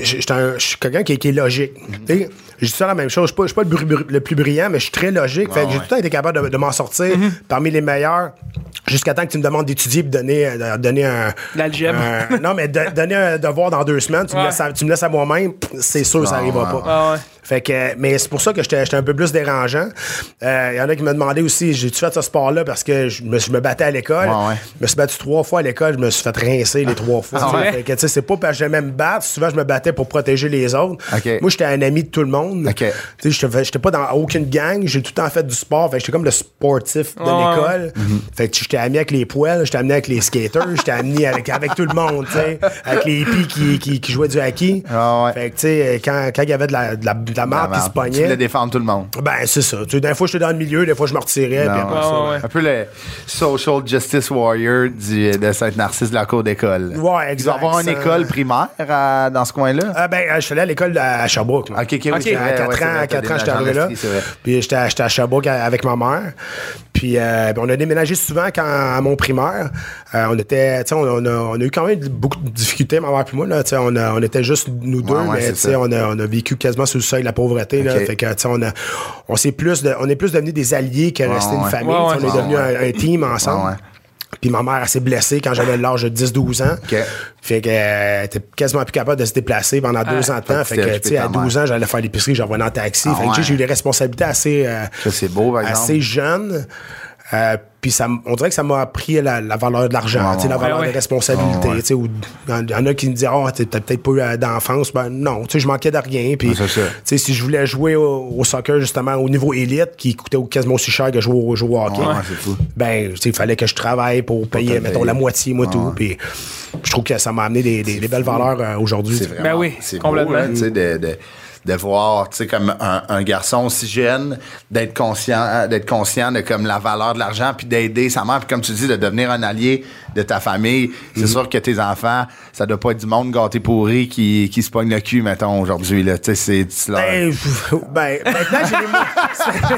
suis quelqu'un qui, qui est logique. Mm-hmm. Tu sais, je dis ça la même chose. Je ne suis pas, pas le, br- le plus brillant, mais je suis très logique. Oh, fait que ouais. j'ai tout le temps été capable de, de m'en sortir mm-hmm. parmi les meilleurs. Jusqu'à temps que tu me demandes d'étudier et de donner, de donner un. L'algèbre. Un, non, mais de, donner un devoir dans deux semaines. Tu, ouais. me, laisses à, tu me laisses à moi-même, c'est sûr, oh, ça n'arrivera ouais. pas. Ah, ouais. Fait que, mais c'est pour ça que j'étais, j'étais un peu plus dérangeant. Il euh, y en a qui me demandaient aussi, j'ai-tu fait ce sport-là parce que je me, je me battais à l'école. Ouais, ouais. Je me suis battu trois fois à l'école, je me suis fait rincer les trois fois. Ah, ouais. Fait que, tu sais, c'est pas parce que j'aimais me battre. Souvent, je me battais pour protéger les autres. Okay. Moi, j'étais un ami de tout le monde. Okay. Tu sais, j'étais, j'étais pas dans aucune gang. J'ai tout le temps fait du sport. Fait que j'étais comme le sportif de oh, l'école. Ouais. Mm-hmm. Fait que j'étais ami avec les poêles, j'étais ami avec les skaters, j'étais ami avec, avec tout le monde, tu sais. Avec les hippies qui, qui, qui jouaient du hockey. Oh, ouais. Fait que, tu sais, quand il y avait de la, de la, de la marde qui se pognait. Tu voulais défendre tout le monde. Ben, c'est ça. Tu sais, des fois, j'étais dans le milieu, des fois, je me retirais. Non, puis après ouais, ça, ouais. Ouais. Un peu le social justice warrior du, de Saint-Narcisse de la cour d'école. Ouais, exact. Tu vas avoir une école primaire à, dans ce coin-là? Ah, ben, je suis allé à l'école à Sherbrooke. Là. OK, OK, oui. Okay. À quatre ans, quatre ans, j'étais arrivé là. Puis j'étais, j'étais à Sherbrooke avec ma mère. Puis euh, ben, on a déménagé souvent quand, à mon primaire. Euh, on était, on, on, a, on a eu quand même beaucoup de difficultés, ma mère et moi. Là, on, a, on était juste nous deux, ouais, ouais, mais on a, on a vécu quasiment sous le seuil de la pauvreté. Okay. Là, fait que, on, a, on, s'est plus de, on est plus devenus des alliés que ouais, rester ouais. une famille. Ouais, ouais, on est devenus ouais. un, un team ensemble. Ouais, ouais. Puis ma mère, elle s'est blessée quand j'avais l'âge de dix douze ans. Okay. Fait qu'elle euh, était quasiment plus capable de se déplacer pendant ah, deux ans de temps. Fait que, tu sais, à douze ans, j'allais faire l'épicerie, j'en revenais en taxi. Ah, fait que ouais. j'ai eu des responsabilités assez, euh, ça, c'est beau, par exemple. assez jeunes. Euh, puis ça, on dirait que ça m'a appris la, la valeur de l'argent, ouais, la valeur ouais, des responsabilités. Ouais, ouais. Il y en a qui me disent oh, t'as peut-être pas eu d'enfance. Ben non, je manquais de rien. Puis, ouais, si je voulais jouer au, au soccer, justement, au niveau élite, qui coûtait quasiment aussi cher que jouer au, jouer au hockey, ouais, ouais, ben, il fallait que je travaille pour payer, mettons, payer. la moitié, moi, ouais, tout. Puis je trouve que ça m'a amené des, des, des belles valeurs euh, aujourd'hui. C'est vraiment, ben oui, c'est complètement. Beau, hein, de, de, de voir, tu sais, comme un, un garçon aussi jeune, d'être conscient, d'être conscient de comme la valeur de l'argent, puis d'aider sa mère, puis comme tu dis, de devenir un allié de ta famille. C'est mm-hmm. sûr que tes enfants, ça doit pas être du monde gâté pourri qui, qui se pogne le cul, mettons, aujourd'hui, là. Tu sais, c'est... Leur... Ben, ben, maintenant, j'ai les moyens...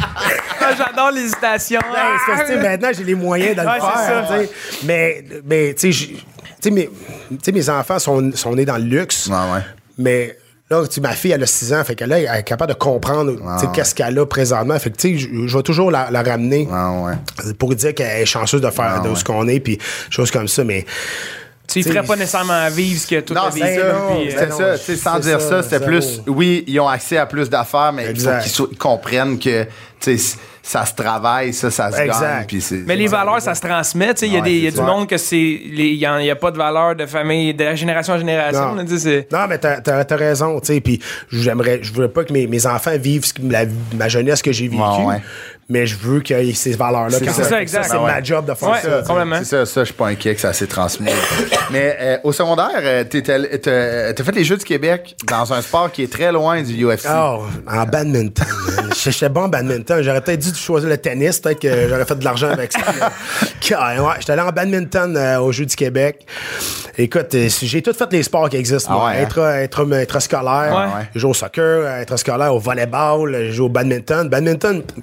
J'adore l'hésitation. Ben, c'est, maintenant, j'ai les moyens de le ouais, faire, tu sais. Mais, mais tu sais, mes, mes enfants sont, sont nés dans le luxe, ouais, ouais. mais... Là, ma fille, elle a six ans, fait qu'elle elle est capable de comprendre ah, ouais. qu'est-ce qu'elle a présentement. Fait que, tu sais, je, je vais toujours la, la ramener ah, ouais. pour dire qu'elle est chanceuse de faire ah, de ouais. ce qu'on est, puis choses comme ça, mais... Tu ne ferais pas nécessairement vivre ce que tout non, a c'est ça. Puis, c'est non, ça. C'est ça. Sans dire ça, ça c'était plus... Oui, ils ont accès à plus d'affaires, mais exact. Il faut qu'ils so- comprennent que... ça se travaille, ça, ça se exact. gagne. Puis c'est, mais les valeurs, ça se transmet. Il y a, ouais, des, y a du monde que c'est. Il n'y a, a pas de valeur de famille, de génération en génération. Non, là, c'est... non mais t'as, t'as, t'as raison. Puis j'aimerais, je voudrais pas que mes, mes enfants vivent la, ma jeunesse que j'ai vécue. Ouais, ouais. Mais je veux qu'il y ait ces valeurs-là. C'est, c'est ça, exact. Ça, c'est ben ouais. ma job de faire ouais, ça. Complètement. C'est ça, ça, je suis pas inquiet que ça s'est transmis. Mais euh, au secondaire, euh, t'as, t'as, t'as fait les Jeux du Québec dans un sport qui est très loin du U F C. Oh, en badminton. J'étais bon en badminton. J'aurais peut-être dû choisir le tennis. Peut-être que j'aurais fait de l'argent avec ça. Ouais, j'étais allé en badminton euh, aux Jeux du Québec. Écoute, euh, j'ai tout fait les sports qui existent. Ah ouais, intra, hein? intra, intrascolaire. Ouais. J'ai joué au soccer, intrascolaire, au volleyball, j'ai joué au badminton. Badminton, je sais pas,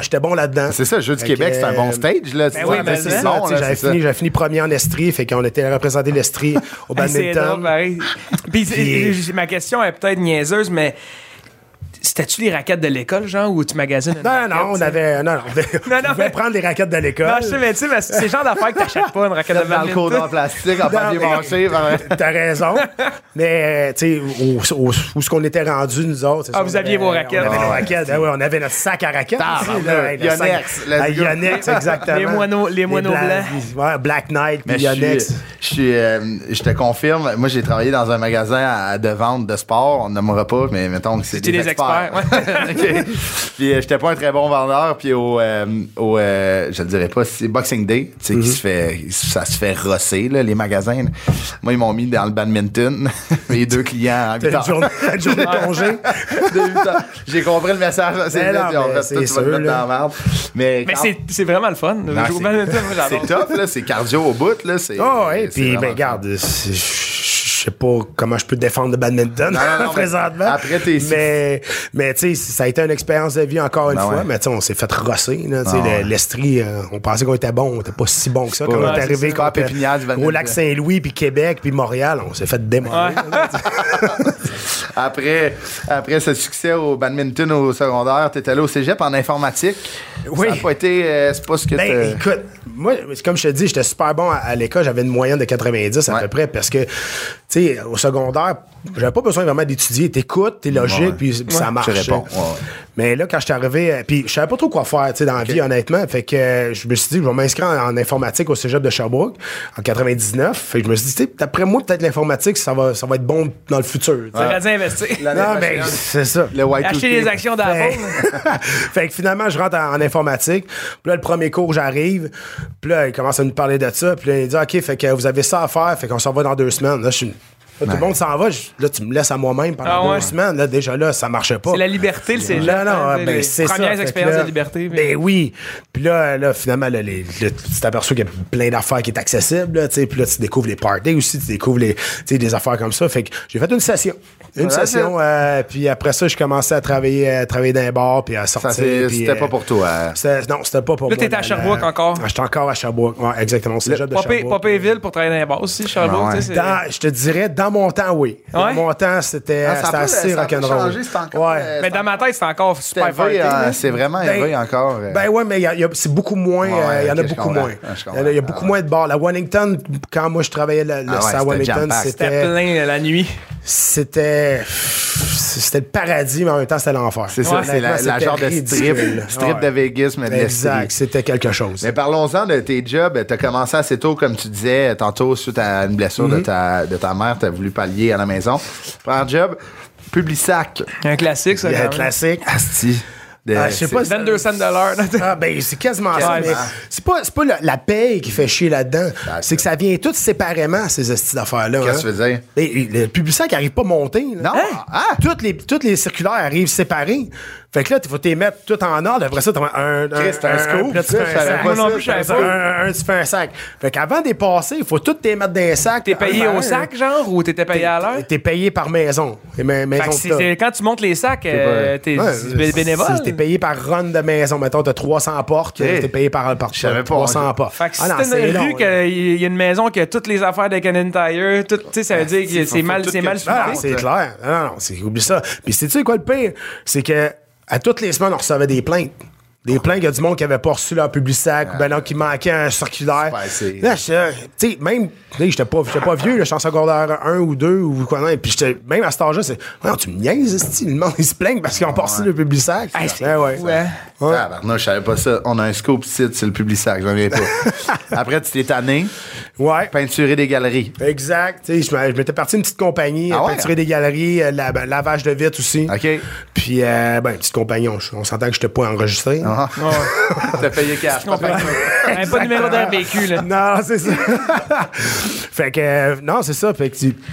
j'étais bon là-dedans. C'est ça, le Jeu du Fait Québec, que, c'est un bon stage, là. Ben oui, Ouais, ben ben, c'est c'est ça. bon, tu sais, là, J'avais c'est fini, ça. j'avais fini premier en Estrie, fait qu'on était représenté l'Estrie au Ah, c'est drôle, badminton. pareil. Puis, c'est- Puis- j'ai- ma question est peut-être niaiseuse, mais c'était-tu les raquettes de l'école, genre, ou tu magasines une Non, raquette, non, on tu sais? avait. Non, non, on Non, non, pouvait mais- prendre les raquettes de l'école. Non, je sais, mais tu sais, mais c'est le genre d'affaires que t'achètes pas, une raquette de Dans le badminton. cordon en plastique, en Non, papier mais- mâché. par- T'as raison. Mais, euh, tu sais, où, où, où ce qu'on était rendu, nous autres. c'est Ah, ça, vous on aviez avait- vos raquettes. On avait nos Ah, raquettes. Ben oui, on avait notre sac à raquettes. Ah, aussi, ben là, oui, le Yonex, sac- let's Ah, go. Yonex, exactement. Les moineaux- les moineaux blancs. Ouais, Black Knight, Mais puis je suis, Yonex. je suis, euh, je te confirme, moi j'ai travaillé dans un magasin à- de vente de sport, on ne nommera pas, mais mettons que c'est C'était des, des experts, Ok. Puis euh, j'étais pas un très bon vendeur, puis au, euh, au euh, je le dirais pas, c'est Boxing Day, tu sais, qui se fait, ça se fait rosser, là, les magasins. là. Moi, ils m'ont mis dans le badminton, les deux clients en T'as huit une heures. journée, une journée de congé. De huit heures. J'ai compris le message, c'est Mais là, non, puis en mais fait, c'est tout, tu vas te sûr, mettre là. dans la merde. Mais, Mais quand- c'est c'est vraiment le fun. Non, Jouer au c'est- badminton, moi, j'adore. c'est tough, là, c'est cardio au bout, là. C'est, Ah ouais, c'est puis vraiment ben le fun. regarde, c'est- je sais pas comment je peux défendre le badminton Non, non, non, présentement. mais après, t'es- mais mais tu sais, ça a été une expérience de vie encore une Ben fois, ouais. mais tu sais, on s'est fait rosser là, tu sais, Ah le- ouais. l'Estrie, euh, on pensait qu'on était bon, on était pas si bon que ça pas- quand on ouais, est c'est arrivé ça. Pas à contre, Pépinière du euh, badminton. au lac Saint-Louis puis Québec puis Montréal, on s'est fait démolir. Ouais. là. Après, après ce succès au badminton au secondaire, t'étais allé au cégep en informatique. Oui. Ça n'a pas été. euh, c'est pas ce que Ben, t'as- écoute, moi, comme je te dis, j'étais super bon à, à l'école. J'avais une moyenne de quatre-vingt-dix à Ouais. peu près parce que, tu sais, au secondaire, j'avais pas besoin vraiment d'étudier. T'écoutes, t'es logique, Ouais. puis puis ça marche. Tu réponds, ouais, ouais. Mais là, quand j'étais arrivé, euh, puis je savais pas trop quoi faire, tu sais, dans la vie, honnêtement. Fait que euh, je me suis dit, je vais m'inscrire en, en informatique au cégep de Sherbrooke en quatre-vingt-dix-neuf. Fait que je me suis dit, tu sais, d'après moi, peut-être l'informatique, ça va, ça va être bon dans le futur. tu sais. T'aurais dû investir. L'année Non, prochaine, mais c'est ça. le Y deux K. Acheter les actions d'Apple. fait que finalement, je rentre en, en informatique. Puis là, le premier cours, j'arrive. Puis là, il commence à nous parler de ça. Puis là, il dit, OK, fait que vous avez ça à faire. Fait qu'on s'en va dans deux semaines. Là, je suis. Là, tout le monde s'en va. Je- là, tu me laisses à moi-même pendant Ah deux ouais. semaines. Là, déjà là, ça marchait pas. C'est la liberté, le cégep. Non, non, hein, ben, les c'est ça. premières Fait que expériences là, de liberté. Ben oui. Puis là, là finalement, là, les, là, tu t'aperçois qu'il y a plein d'affaires qui est accessibles. Là, tu sais. Puis là, tu découvres les parties aussi. Tu découvres les, tu sais, des affaires comme ça. Fait que j'ai fait une session. Une Voilà, session. euh, puis après ça, je commençais à travailler, à travailler dans les bars. Puis à Ça, sortir. c'est- puis, c'était euh, pas pour toi. c'était- non, c'était pas pour Là, moi. t'étais à la- Sherbrooke la- encore? Ah, j'étais encore à Sherbrooke. Ouais, exactement. Au cégep de Sherbrooke. Popéville pour travailler dans les bars aussi, Sherbrooke. Ah ouais. tu sais, c'est- Dans- je te dirais, dans mon temps, oui. Dans Ouais? mon temps, c'était Ah, ça a c'était pas- assez ça a pas rock'n'roll. changé, c'est encore, Ouais. euh, Mais dans ma tête, c'est encore C'est super élevé, farté, hein, là. c'est vraiment Ben, élevé encore. euh. Ben ouais, mais il y a- il y a- c'est beaucoup moins. Ouais, euh, Il y en a ok, je beaucoup comprends. moins. Ah, je Il y en a- il y a comprends. beaucoup moins de bars. La Wellington, quand moi je travaillais le, le Ah ouais, à c'était Wellington, jam-pack. C'était c'était. plein euh, la nuit. C'était. C'était le paradis, mais en même temps, c'était l'enfer. C'est ça, c'est la, Honnêtement, la c'était genre de strip, ridicule. strip Ouais. de Vegas, mais de Exact, l'Estrie. c'était quelque chose. Mais parlons-en de tes jobs. Tu as commencé assez tôt, comme tu disais, tantôt, suite à une blessure Mm-hmm. de, ta, de ta mère. Tu as voulu pallier à la maison. Premier job, Publisac. Un classique, ça. Il y a quand un même. classique. Asti. De- Ah, je sais c'est- pas, vingt-deux cents de l'heure. Ah, ben, c'est quasiment ça. Ouais, Mais ben. c'est pas, c'est pas la, la paye qui fait chier là-dedans. Ah, C'est que ça vient tout séparément, ces estis d'affaires-là. Qu'est-ce que hein. tu veux dire? Et, et le Publisac n'arrive pas monté. Là. Non. Ah! Toutes les, toutes les circulaires arrivent séparées. Fait que là, il faut les mettre tout en ordre. Après ça, tu as un, un, Chris, c'est un scoop, puis là, tu ça, fais je un savais sac. pas Moi non ça, plus, je savais Un, pas. un, un, tu fais un sac. Fait qu'avant de les passer, il faut toutes les mettre dans un sac. T'es payé un par au un. sac, genre, ou t'étais payé à l'heure? T'es payé par maison. Et ma- Fait maison que de c'est- tas. c'est- quand tu montes les sacs, euh, t'es Ouais, c'est bé- bénévole. c'est- T'es payé par run de maison. Mettons, t'as trois cents portes, Hey. t'es payé par, par Je savais pas, trois cents hein. portes. Fait que si Ah non, t'as c'est une long, rue là. qu'il y a une maison qui a toutes les affaires de Canadian Tire, tout, tu sais, ça veut dire que faut- c'est faut mal, tout c'est que mal tu suivi. Ah, non, c'est clair. Non, non, c'est, oublie ça. Puis, sais-tu quoi le pire? C'est que à toutes les semaines, on recevait des plaintes. Des plaintes, il y a du monde qui n'avait pas reçu leur Publisac, ou ben non, qui manquait un circulaire. C'est pas assez. Là, j'étais- tu sais, même, là, j'étais pas, j'étais pas vieux, là, j'étais en secondaire un ou deux, ou quoi, non, et puis j'étais, même à cet âge-là, c'est, non, tu me niaises, esti, le monde, ils se plaignent parce qu'ils ont pas reçu le Publisac. Hey, c'est Ben ouais. fou, hein? Ouais. Ah, non, je savais pas ça. On a un scoop site sur le Publisac, j'en viens pas. Après, tu t'es tanné, Ouais. peinturer des galeries. Exact. Tu sais, je m'a- je m'étais parti une petite compagnie, Ah ouais? peinturer des galeries, euh, la- ben, lavage de vitres aussi. OK. Puis, euh, ben, petite compagnie, on, on s'entend que je n'étais pas enregistré. Ah. T'as payé cash. On fait- Un pas de numéro d'un véhicule, là. Non, c'est ça. fait que, euh, non, c'est ça. Fait que tu- puis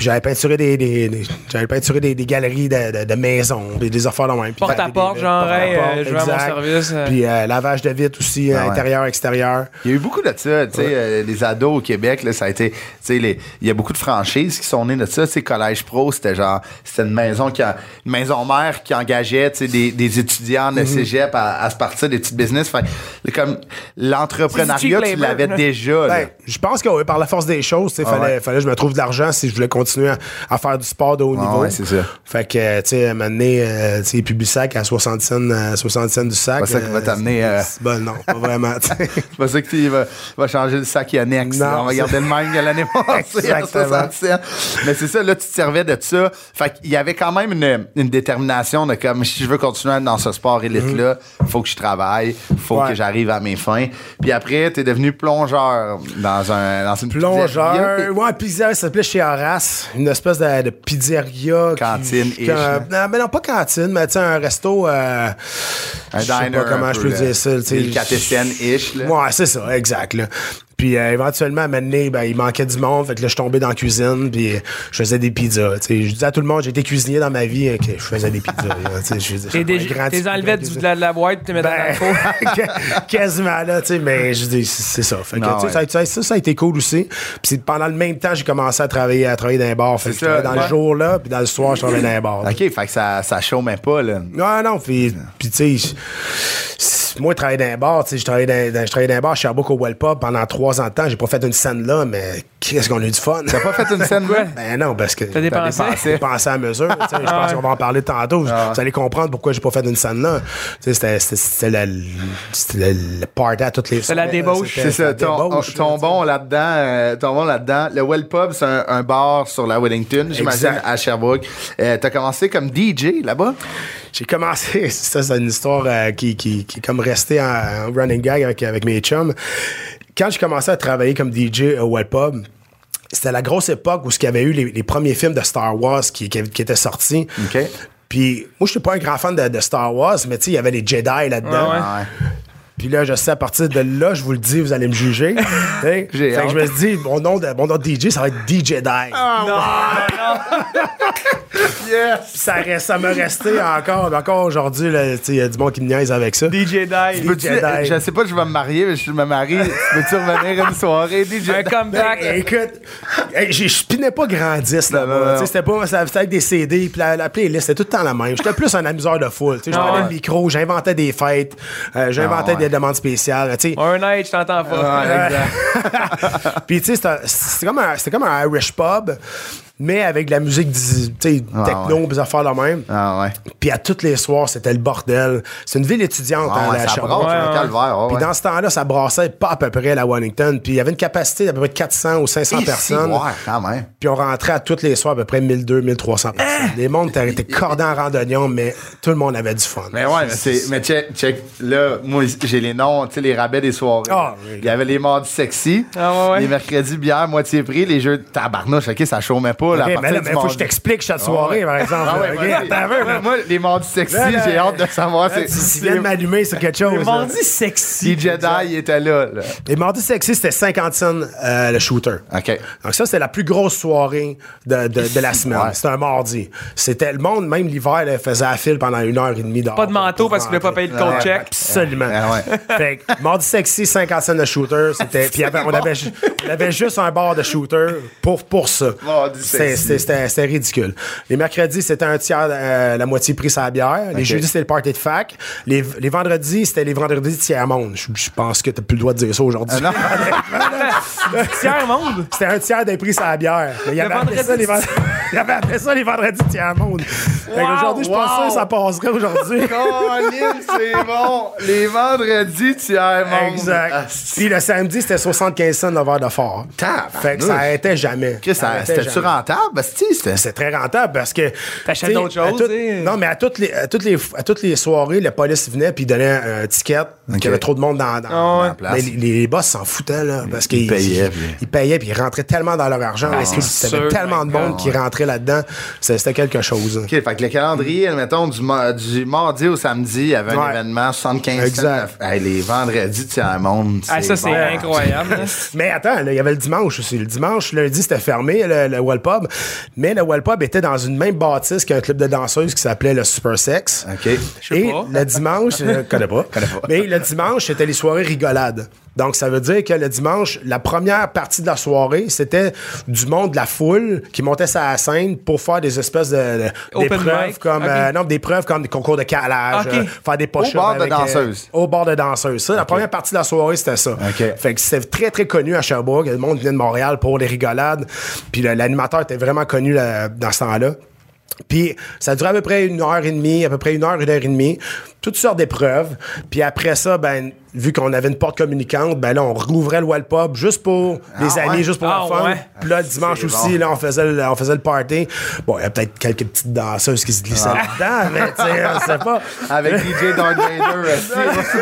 j'avais peinturé des, des, des j'avais peinturé des, des galeries de, de, de maisons, des, des affaires de même. Porte à porte, genre, hey, euh, je vais à mon service. Euh... Puis euh, lavage de vitre aussi, ah, intérieur, ouais. extérieur. Il y a eu beaucoup de ça, tu sais, ouais. euh, les ados au Québec, là, ça a été, tu sais, les, il y a beaucoup de franchises qui sont nées de ça, tu sais, Collège Pro, c'était genre, c'était une maison qui a, une maison mère qui engageait, tu sais, des, des étudiants de mm-hmm. cégep à, à se partir des petits business. Fait, comme l'entrepreneuriat, tu l'avais déjà. Ben, je pense que oui, par la force des choses, il ah, fallait, ouais. fallait que je me trouve de l'argent si je voulais continuer à, à faire du sport de haut ah, niveau. Ouais, c'est ça. Fait que, tu sais, à un moment donné, euh, tu sais, Publisac à soixante cents du sac. C'est pas ça qui va t'amener. Euh... Ben non, pas vraiment. C'est pas ça que tu vas, va changer le sac Yonex. Non, on va garder le même que l'année passée à soixante cents. Mais c'est ça, là, tu te servais de ça. Fait qu'il y avait quand même une, une détermination de comme, si je veux continuer dans ce sport élite-là, il mm-hmm. faut que je travaille, il faut ouais. que j'arrive à mes fins. Puis après, t'es devenu plongeur dans, un, dans une plongeur, pizzeria. Ouais, pizzeria, ça s'appelait chez Horace, une espèce de, de pizzeria. Cantine-ish. Non, mais non, pas cantine, mais tu sais, un resto. Euh, un je sais diner. Pas comment je peux dire ça. Une catécène-ish. Ouais, c'est ça, exact. Là. Puis euh, éventuellement, à un moment donné, ben, il manquait du monde. Fait que là, je tombais dans la cuisine, puis je faisais des pizzas. T'sais. Je disais à tout le monde, j'ai été cuisinier dans ma vie, que je faisais des pizzas. T'es des enlevais du de la boîte, tu t'es mis dans le four. Quasiment là, tu sais, mais je dis, c'est ça. Fait que, non, ouais. ça, ça, ça, ça a été cool aussi. Puis pendant le même temps, j'ai commencé à travailler, à travailler dans les bars. Fait que je travaillais dans ouais. le jour là, puis dans le soir, je travaillais dans les bars. OK, fait que ça, ça chômait pas, là. Non, non, puis tu sais. Moi, je travaillais dans un bar, tu sais, je travaillais dans, dans, je travaillais dans un bar, je suis à Sherbrooke au Well Pub pendant trois ans de temps. J'ai pas fait une scène là, mais qu'est-ce qu'on a eu du fun. T'as pas fait une scène là? Ben non, parce que t'as dépensé. J'ai dépensé à mesure. Je pense qu'on va en parler tantôt. Ah. Vous allez comprendre pourquoi j'ai pas fait une scène là. C'était, c'était, c'était, le, c'était le party à toutes les C'est la débauche. C'est ça, ton, débauche, ton, là, bon là-dedans, euh, ton bon là-dedans. Le Well Pub, c'est un, un bar sur la Wellington, j'imagine, exact. À Sherbrooke. Euh, t'as commencé comme D J là-bas? J'ai commencé, ça c'est une histoire euh, qui, qui, qui est comme restée en, en running gag avec, avec mes chums. Quand j'ai commencé à travailler comme D J au Well Pub, c'était la grosse époque où il y avait eu les, les premiers films de Star Wars qui, qui, qui étaient sortis. Okay. Puis moi, je suis pas un grand fan de, de Star Wars, mais tu sais, il y avait les Jedi là-dedans. Ouais, ouais. Puis là, je sais, à partir de là, je vous le dis, vous allez me juger. Fait que je me suis dit, mon nom de, mon nom de D J, ça va être D J Die. Oh, non, non. Yes! Ça, reste, ça m'a resté encore. Encore aujourd'hui, il y a du monde qui me niaise avec ça. D J Die. D J Die. Je sais pas, je vais me marier, mais je me marie. Peux-tu revenir une soirée, D J Un comeback. Ben, écoute, hey, je pinais pas grandisse là-bas. C'était pas, c'était avec des C D, puis la, la playlist, c'était tout le temps la même. J'étais plus un amuseur de foule. Je prenais le micro, j'inventais des fêtes, euh, j'inventais des demandes spéciales. T'sais. Un night, je t'entends pas. Ouais, puis tu sais, c'était, c'était, comme un, c'était comme un Irish pub, mais avec de la musique t'sais, ah, techno, ouais. Des affaires là même. Ah, ouais. Puis à tous les soirs, c'était le bordel. C'est une ville étudiante ah, hein, ouais, la ça brasse, ouais, ouais. Calvaire. Oh, puis ouais. dans ce temps-là, ça brassait pas à peu près à la Wellington. Puis il y avait une capacité d'à peu près quatre cents ou cinq cents Ici, personnes. Ouais, quand même. Puis on rentrait à tous les soirs à peu près mille deux cents, mille trois cents personnes. Les mondes étaient cordés en randonnion, mais tout le monde avait du fun. Mais ouais, mais, c'est, mais check, check. Là, moi, j'ai les noms, tu sais, les rabais des soirées. Oh, oui. Il y avait les mardis sexy, ah, ouais, ouais. Les mercredis bière, moitié prix, les jeux de tabarnouche. OK, ça chômait pas. Là, okay, mais là, mais faut que je t'explique chaque soirée, par exemple. Ah, ouais, okay, attends, moi, moi, les mardis sexy, là, j'ai hâte de savoir. Là, c'est, tu viens de m'allumer sur quelque chose. Les mardis sexy. D J Die était là, là. Les mardis sexy, c'était cinquante cents euh, le shooter. OK. Donc ça, c'était la plus grosse soirée de, de, de la semaine. Ouais. C'était un mardi. C'était le monde, même l'hiver, là, faisait à fil pendant une heure et demie dehors. Pas de manteau parce qu'il ne voulait pas payer le cold check. Absolument. Ah, ouais. Fait que mardi sexy, cinquante cents de shooter. C'était, puis on, avait, on avait juste un bar de shooter pour, pour ça. C'était, c'était, c'était, c'était ridicule. Les mercredis, c'était un tiers, euh, la moitié prix sur la bière. Les okay. jeudis, c'était le party de fac. Les, les vendredis, c'était les vendredis de tiers-monde. Je, je pense que t'as plus le droit de dire ça aujourd'hui. Ah, non. Tiers-monde? C'était un tiers des prix sur la bière. Il y avait après ça les vendredis. Il y avait après ça les vendredis de tiers-monde. Wow, aujourd'hui, je wow. pense que ça passerait aujourd'hui. Colin, c'est bon. Les vendredis, tiers-monde. Exact. Ah, puis le samedi, c'était soixante-quinze cents le verre de fort. Tab, fait que ça arrêtait jamais. Que ça, ça c'était-tu rentable? C'était... c'était très rentable parce que. T'achètes d'autres choses? Tout, non, mais à toutes, les, à, toutes les, à toutes les soirées, la police venait puis donnait un ticket Okay. Il y avait trop de monde dans, dans, oh, ouais. dans la place. Mais les, les boss s'en foutaient, là, parce qu'ils payaient. Ils, ils payaient, puis ils rentraient tellement dans leur argent. Ah, il y avait tellement de monde qui rentrait là-dedans. C'était quelque chose. OK, fait que le calendrier, mettons, du, du mardi au samedi, il y avait un ouais. événement, soixante-quinze exact. Hey, les vendredis, tu sais, un monde. Ah, ça, c'est bon. Incroyable. Mais attends, là, il y avait le dimanche aussi. Le dimanche, lundi, c'était fermé, le, le Well Pub. Mais le Well Pub était dans une même bâtisse qu'un club de danseuses qui s'appelait le Super Sex. OK. Je sais pas. Le dimanche, je connais pas. connais pas. Mais le dimanche, c'était les soirées rigolades. Donc, ça veut dire que le dimanche, la première partie de la soirée, c'était du monde de la foule qui montait sur la scène pour faire des espèces de, de d'épreuves comme, okay. euh, non, des preuves comme des concours de calage, okay. euh, faire des push-ups. Au bar avec, de danseuse. Euh, au bar de danseuse. Ça, okay. La première partie de la soirée, c'était ça. Okay. Fait que c'était très, très connu à Sherbrooke. Le monde venait de Montréal pour les rigolades. Puis le, l'animateur était vraiment connu là, dans ce temps-là. Puis ça durait à peu près une heure et demie, à peu près une heure, une heure et demie. Toutes sortes d'épreuves. Puis après ça, ben, vu qu'on avait une porte communicante, ben là, on rouvrait le Well Pub juste pour ah les amis, ouais? juste pour ah le fun. Ouais. Puis là, dimanche c'est aussi, bon. là, on faisait, le, on faisait le party. Bon, il y a peut-être quelques petites danseuses qui se glissaient ah. là-dedans, mais tu sais, on sait pas. Avec D J Darth Vader aussi.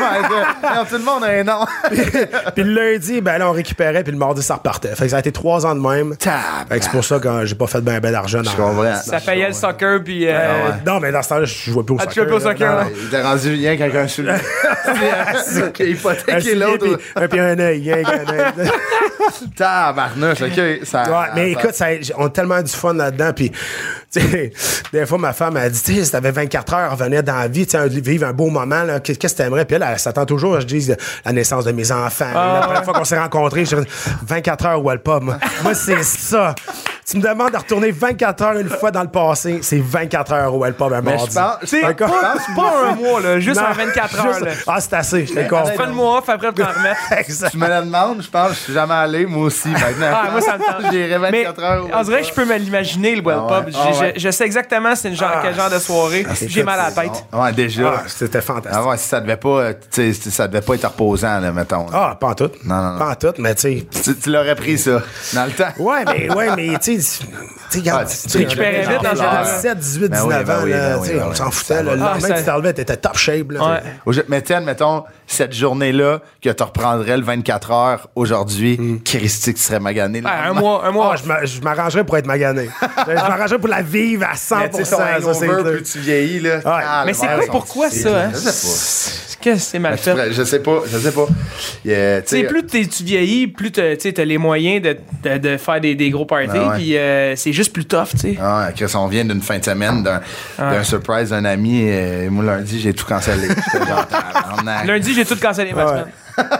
Tout le monde a un nom. Puis le lundi, ben là, on récupérait, puis le mardi, ça repartait. Fait que ça a été trois ans de même. Fait que c'est pour ça que j'ai pas fait ben ben d'argent. Je comprends. Ça payait le soccer, puis... Euh... Ah ouais. Non, mais dans ce temps-là, je jouais plus au ah, soccer. Tu jouais plus au soccer, Il t'a rendu rien qu'un sous le... Il a hypothéqué l'autre. Et puis un œil, un œil. Tabarnouche, OK. Ça, ouais, mais ça, écoute, ça, on a tellement du fun là-dedans. Puis, tu sais, des fois, ma femme, elle dit, tu sais, si t'avais vingt-quatre heures à revenir dans la vie, tu sais, vivre un beau moment, là, qu'est-ce que t'aimerais? Puis elle, elle s'attend toujours, je dis, la naissance de mes enfants. Oh, la première ouais. fois qu'on s'est rencontrés, je dis, vingt-quatre heures Well Pub. Moi, moi c'est ça. Tu me demandes de retourner vingt-quatre heures une fois dans le passé, c'est vingt-quatre heures au Well Pub un mardi. C'est pas, pas un mois, là, juste non, un vingt-quatre heures. Là. Ah, c'est assez, je t'accorde. Tu fais le mois off, après tu t'en remettre. Tu me la demandes, je pense que je suis jamais allé, moi aussi. Maintenant. Ah, moi, ça me tente. J'irai vingt-quatre mais heures. On dirait que je peux me l'imaginer, le Well ah, ouais. Pub. Ah, ouais. je, je sais exactement c'est une genre, ah, quel genre de soirée. Ah, j'ai mal à la tête. Ouais, déjà. Ah, c'était fantastique. Ah, ouais, si ça devait pas, ça devait pas être reposant, là, mettons. Ah, pas en tout. Non, non, non. Pas en tout, mais tu sais. Tu l'aurais pris, ça, dans le temps. Ouais, mais, ouais, mais tu sais. Tu regardes, ah, tu récupérais vite dans dix-sept, dix-huit, dix-neuf ans, on s'en foutait. Le lendemain, tu t'enlevais, t'étais top shape. Mais tiens, mettons, cette journée-là, que tu reprendrais le vingt-quatre heures aujourd'hui, Christy, tu serais magané. Un mois, un mois. Je m'arrangerais pour être magané. Je m'arrangerais pour la vivre à cent pour cent. Plus tu vieillis, là. Mais c'est quoi, pourquoi ça? Je sais pas. Qu'est-ce que c'est mal fait? Je sais pas, je sais pas. Yeah, tu sais, plus tu vieillis, plus tu as les moyens de, de, de faire des, des gros parties, ah ouais. puis euh, c'est juste plus tough, tu sais. Ah, Chris, on vient d'une fin de semaine, d'un ah. surprise d'un ami, et moi, lundi, j'ai tout cancellé. Lundi, j'ai tout cancellé, ma semaine.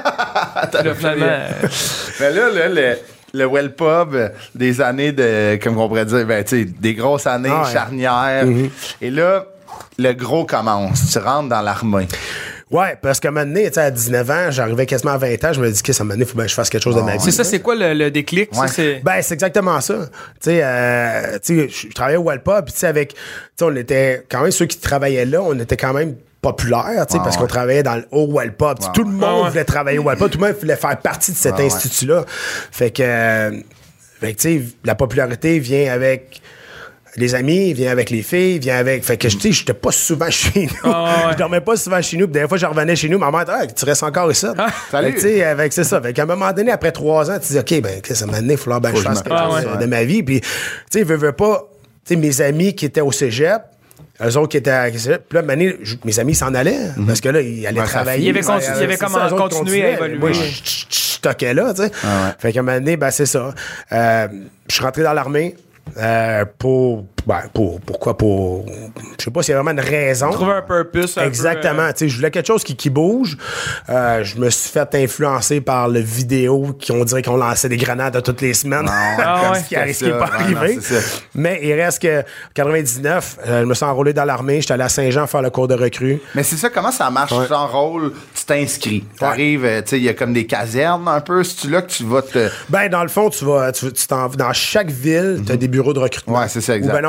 Là, finalement... Euh... Mais là, là, le... Le Well Pub, des années de, comme on pourrait dire, ben, tu sais, des grosses années ah ouais. charnières. Mm-hmm. Et là, le gros commence. Tu rentres dans l'armée. Ouais, parce qu'à un moment donné, tu sais, à dix-neuf ans, j'arrivais quasiment à vingt ans, je me dis que ça m'a donné, il faut bien que je fasse quelque chose oh, de ma vie. C'est ça, c'est quoi le, le déclic? Ouais. Ça, c'est... Ben, c'est exactement ça. Tu sais, euh, tu sais, je travaillais au Well Pub, puis tu sais, avec, tu sais, on était, quand même, ceux qui travaillaient là, on était quand même populaire, tu sais, ah, parce ouais. qu'on travaillait dans le haut Well Pub. Ouais, tout le monde ah, ouais. voulait travailler au Well Pub, tout le monde voulait faire partie de cet ah, institut-là. Ouais. Fait que, euh, fait que, tu sais, la popularité vient avec les amis, vient avec les filles, vient avec... Fait que, tu sais, j'étais pas souvent chez nous. Ah, ouais. Je dormais pas souvent chez nous. Puis des fois, je revenais chez nous, ma mère disait, ah, tu restes encore ici. Ah, salut! Tu sais, avec, c'est ça. Fait qu'à un moment donné, après trois ans, tu dis, OK, ben, ça m'a donné, il faut que je fasse quelque chose ah, ouais. de ma vie. Puis, tu sais, veux, veux pas, tu sais, mes amis qui étaient au cégep, eux autres qui étaient à... Puis là, année, mes amis s'en allaient, mm-hmm. parce que là, ils allaient ouais, travailler. Il y avait, con- il y avait comment ça, continué à évoluer. Moi, je stockais là, tu sais. Ah ouais. Fait qu'à un moment donné, ben, c'est ça. Euh, je suis rentré dans l'armée euh, pour... Ben, pour, pourquoi? Pour... Je sais pas s'il y a vraiment une raison. Trouver un purpose. Un Exactement. Peu, tu sais, je voulais quelque chose qui, qui bouge. Euh, je me suis fait influencer par le vidéo qui, on dirait qu'on lançait des grenades à toutes les semaines. Non, ah, ouais, ce qui n'est pas arrivé. Non, mais il reste que quatre-vingt-dix-neuf, euh, je me suis enrôlé dans l'armée. J'étais allé à Saint-Jean faire le cours de recrue. Mais c'est ça, comment ça marche? Ouais. Tu t'enrôles, tu t'inscris. Tu arrives, tu sais, il y a comme des casernes un peu. C'est-tu là que tu vas te... Ben, dans le fond, tu vas, tu, tu t'en, dans chaque ville, tu as mm-hmm. des bureaux de recrutement. Ouais, c'est ça, exact. Ou ben non,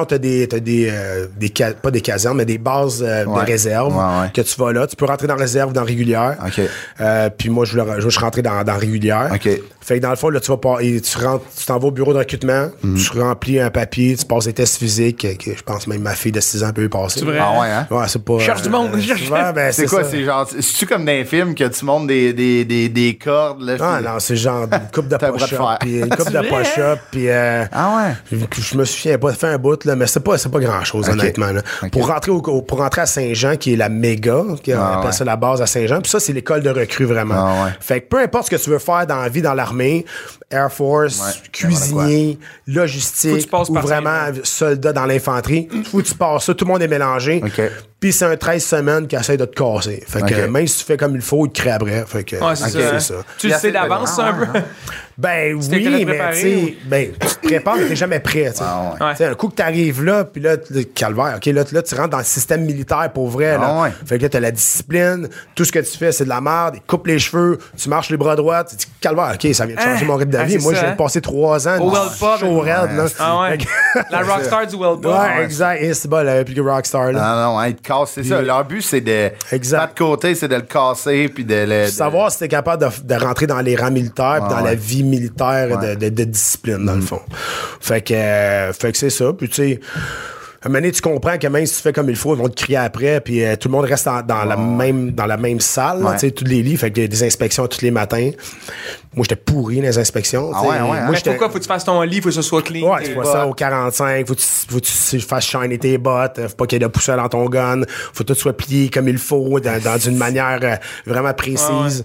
mettons, t'as des, t'as des, euh, des ca- pas des casernes, mais des bases euh, Ouais. de réserve Ouais, ouais. que tu vas là. Tu peux rentrer dans réserve ou dans régulière. OK. Euh, puis moi, je voulais, je suis rentré dans, dans régulière. OK. Fait que dans le fond, là, tu vas pas, et tu rentres, tu t'en vas au bureau de recrutement, Mm-hmm. tu remplis un papier, tu passes des tests physiques, que, que je pense même ma fille de six ans peut y passer. C'est vrai? Ah ouais, hein? Ouais, c'est pas. Cherche du monde, euh, cherche- ouais, ben, C'est quoi? ça. C'est genre. C'est-tu comme dans les films que tu montes des, des, des, des cordes, là? Ah puis- non, c'est genre une coupe de T'as le droit de push-up, faire. puis une coupe C'est de vrai, push-up, puis euh, Ah ouais? je, je me souviens pas, fait un bout, là, mais c'est pas, c'est pas grand-chose, Ok. honnêtement. Là. Ok. Pour, rentrer au, au- pour rentrer à Saint-Jean, qui est la méga, qui, on Ah appelle ouais. ça la base à Saint-Jean, puis ça, c'est l'école de recrue, vraiment. Ah ouais. Fait que peu importe ce que tu veux faire dans la vie, dans l'armée, Air Force, Ouais, cuisinier, Faut que logistique, tu passes ou par vraiment soldat dans l'infanterie, faut que tu passes ça, tout le monde est mélangé. Ok. Puis c'est un treize semaines qui essaie de te casser. Fait que Ok. même si tu fais comme il faut, il te crée après. Fait que, Ouais, c'est ok, ça. hein. c'est ça. Tu le sais d'avance, ça, un peu? Ben t'es oui, préparé, mais tu sais, ben, tu te prépares, mais t'es jamais prêt. tu sais. Ah ouais. Ouais. Tu sais, un coup que t'arrives là, puis là, le calvaire, OK, là, là, tu rentres dans le système militaire pour vrai. Là. Ah ouais. Fait que là, t'as la discipline, tout ce que tu fais, c'est de la merde, ils coupent les cheveux, tu marches les bras droits, tu dis, calvaire, OK, ça vient de changer Hein? mon rythme de Ah, vie. c'est Moi, ça, j'ai hein? passé trois ans Au World Pub. chaud raide, là. Ah ouais. Fait que- La rockstar du World Pub. Ouais, exact. Et c'est bon, le plus rockstar, là. Ah non, hein, ils te cassent, c'est ça. Leur but, c'est de. Exact. Pas de côté, c'est de le casser, puis de le. de- Savoir si t'es capable de, de rentrer dans les rangs militaires puis Ah, dans la ouais. vie militaire Ouais. de, de, de discipline, dans le fond. Fait que, euh, fait que c'est ça. Puis tu sais, à un moment donné, tu comprends que même si tu fais comme il faut, ils vont te crier après, puis euh, tout le monde reste en- dans, la même, dans la même salle, là, Ouais. tu sais, tous les lits. Fait qu'il y a des inspections tous les matins. Moi, j'étais pourri dans les inspections. Ah tu sais. ouais, ouais, hein? Moi, Mais j'étais- pourquoi faut que tu fasses ton lit, faut que ce soit clean? Ouais, tes tu vois bottes? ça au quarante-cinq, faut que tu, faut que tu fasses shiner tes bottes, faut pas qu'il y ait de poussière dans ton gun, faut que tout soit plié comme il faut, dans, dans une manière euh, vraiment précise.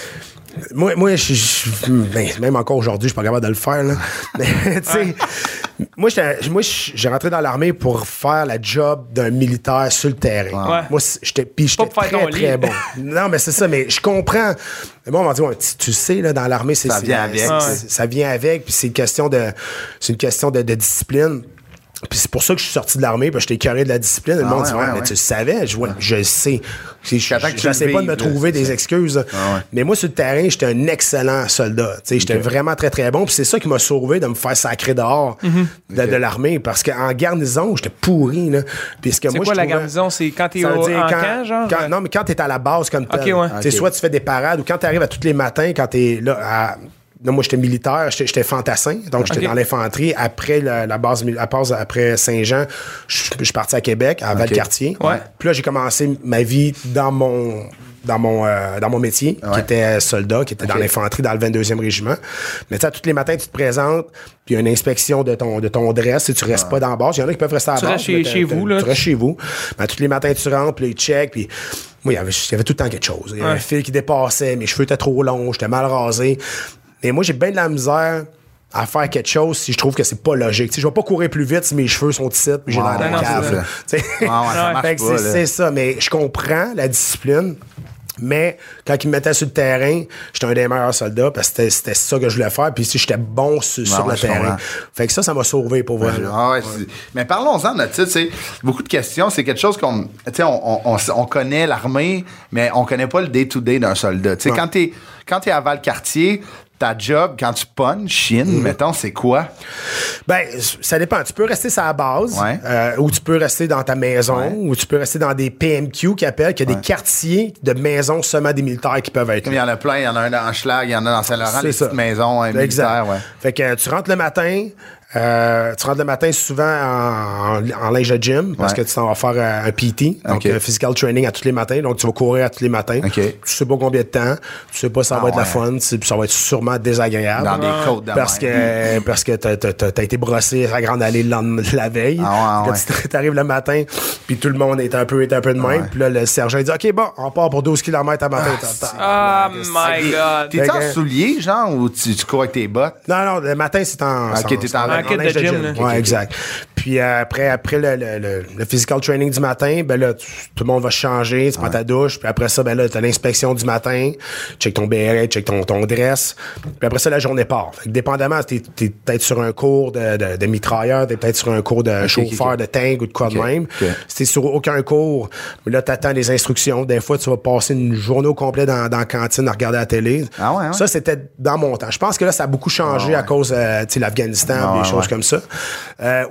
Moi, moi je, je- ben, même encore aujourd'hui, je suis pas capable de le faire. Là. Mais, tu sais, moi, j'étais- moi, j'ai rentré dans l'armée pour faire la job d'un militaire sur le terrain. Ouais. Moi, c'est- j'étais, puis j'étais Pas pour faire très, ton très lit. bon. Non, mais c'est ça, mais je comprends. Mais bon, on va dire, ouais, tu, tu sais, là, dans l'armée, c'est, Ça c'est- vient avec. c'est- Ouais. c'est- ça vient avec, puis c'est une question de, c'est une question de, de discipline. Puis c'est pour ça que je suis sorti de l'armée, parce que j'étais écœuré de la discipline. Et le Ah monde ouais, dit, ouais, ouais, mais ouais. tu le savais, je, ouais, je le sais. C'est- Je J'attends que tu j'essaie le pas de me vives, là, trouver c'est des ça. excuses. Ah ouais. Mais moi, sur le terrain, j'étais un excellent soldat. Tu sais, J'étais vraiment très, très bon. Puis c'est ça qui m'a sauvé de me faire sacrer dehors de, de l'armée. Parce qu'en garnison, j'étais pourri. Là. Puis ce que C'est moi, quoi je la trouvais- garnison? C'est quand t'es ça veut au, dire en quand- camp, genre? quand- non, mais quand t'es à la base comme tel. Ok, ouais. Tu sais, soit tu fais des parades ou quand t'arrives à tous les matins, quand t'es là à... Non, moi, j'étais militaire, j'étais, j'étais fantassin, donc j'étais Ok. dans l'infanterie. Après la, la base, mil- à part après Saint-Jean, je je suis parti à Québec, à Valcartier. Ouais. Puis là, j'ai commencé ma vie dans mon dans mon euh, dans mon métier, qui Ouais. était soldat, qui était dans Ok. l'infanterie, dans le vingt-deuxième régiment. Mais tu sais, tous les matins, tu te présentes, puis il y a une inspection de ton de ton dress, et tu restes pas dans la base. Il y en a qui peuvent rester à la Tu base. restes chez- mais t'as- chez t'as- vous, là. Tu restes chez vous. Mais tous les matins, tu rentres, puis là, ils checkent, puis moi, il y avait, il y avait tout le temps quelque chose. Il y avait Ouais. un fil qui dépassait, mes cheveux étaient trop longs, j'étais mal rasé. Mais moi, j'ai bien de la misère à faire quelque chose si je trouve que c'est pas logique. Tu sais, je vais pas courir plus vite si mes cheveux sont ici puis j'ai Ouais, l'air non, d'un non, cave. c'est là. Tu sais. Ouais, ouais, ça marche Fait que pas, c'est, là. c'est ça, mais je comprends la discipline. Mais quand ils me mettaient sur le terrain, j'étais un des meilleurs soldats parce que c'était, c'était ça que je voulais faire. Puis si j'étais bon sur, sur ouais, le je terrain. comprends. Fait que ça, ça m'a sauvé pour vrai. là. Ah ouais, c'est- mais parlons-en de ça, tu sais, beaucoup de questions, c'est quelque chose qu'on, tu sais, on, on, on connaît l'armée, mais on connaît pas le day-to-day d'un soldat. Tu sais, Non. quand t'es, quand t'es à Valcartier, ta job, quand tu punches, chine, mettons, c'est quoi? Ben, ça dépend. Tu peux rester sur la base, Ouais. euh, ou tu peux rester dans ta maison, Ouais. ou tu peux rester dans des P M Q qui appellent, qu'il y a Ouais. des quartiers de maisons seulement des militaires qui peuvent être Comme il là. y en a plein, il y en a un dans Schlag, il y en a dans Saint-Laurent, C'est les ça. petites maisons hein, militaires, ouais. Fait que euh, tu rentres le matin, euh, tu rentres le matin souvent en, en, en linge de gym parce Ouais. que tu t'en vas faire euh, un P T, donc Ok. euh, physical training à tous les matins, donc tu vas courir à tous les matins. Ok. Tu sais pas combien de temps, tu sais pas si ça Ah va être la ouais. fun, tu sais, ça va être sûrement désagréable. Dans des côtes de Parce même. que, parce que t'as, t'as, t'as, t'as été brossé à la grande allée le lendemain- la veille. Ah ouais, Là, tu t'arrives le matin, puis tout le monde est un peu, est un peu de même. Ouais. Puis là, le sergent il dit OK, bon, on part pour douze kilomètres à matin. Ah, my God. T'es-tu Fait en que- souliers, genre, ou tu, tu cours avec tes bottes? Non, non, le matin, c'est en. Ok, c'est t'es en- en kit linge de gym, là. Ouais, Ok, ok. exact. Puis euh, après, après le, le, le, le physical training du matin, ben là, tu- tout le monde va se changer, tu prends ta douche, puis après ça, ben là, t'as l'inspection du matin, check ton B R A, check ton, ton dress, puis après ça, la journée part. Fait que dépendamment, t'es, t'es peut-être sur un cours de, de, de mitrailleur, t'es peut-être sur un cours de chauffeur ok. de tank ou de quoi de Ok, même. ok. Si t'es sur aucun cours, mais là, t'attends les instructions. Des fois, tu vas passer une journée au complet dans, dans la cantine à regarder la télé. Ah ouais, ouais. Ça, c'était dans mon temps. Je pense que là, ça a beaucoup changé Ah ouais. à cause, euh, tu sais, l'Afghanistan, Ah des ouais, choses ouais. comme ça. Euh, ou sinon,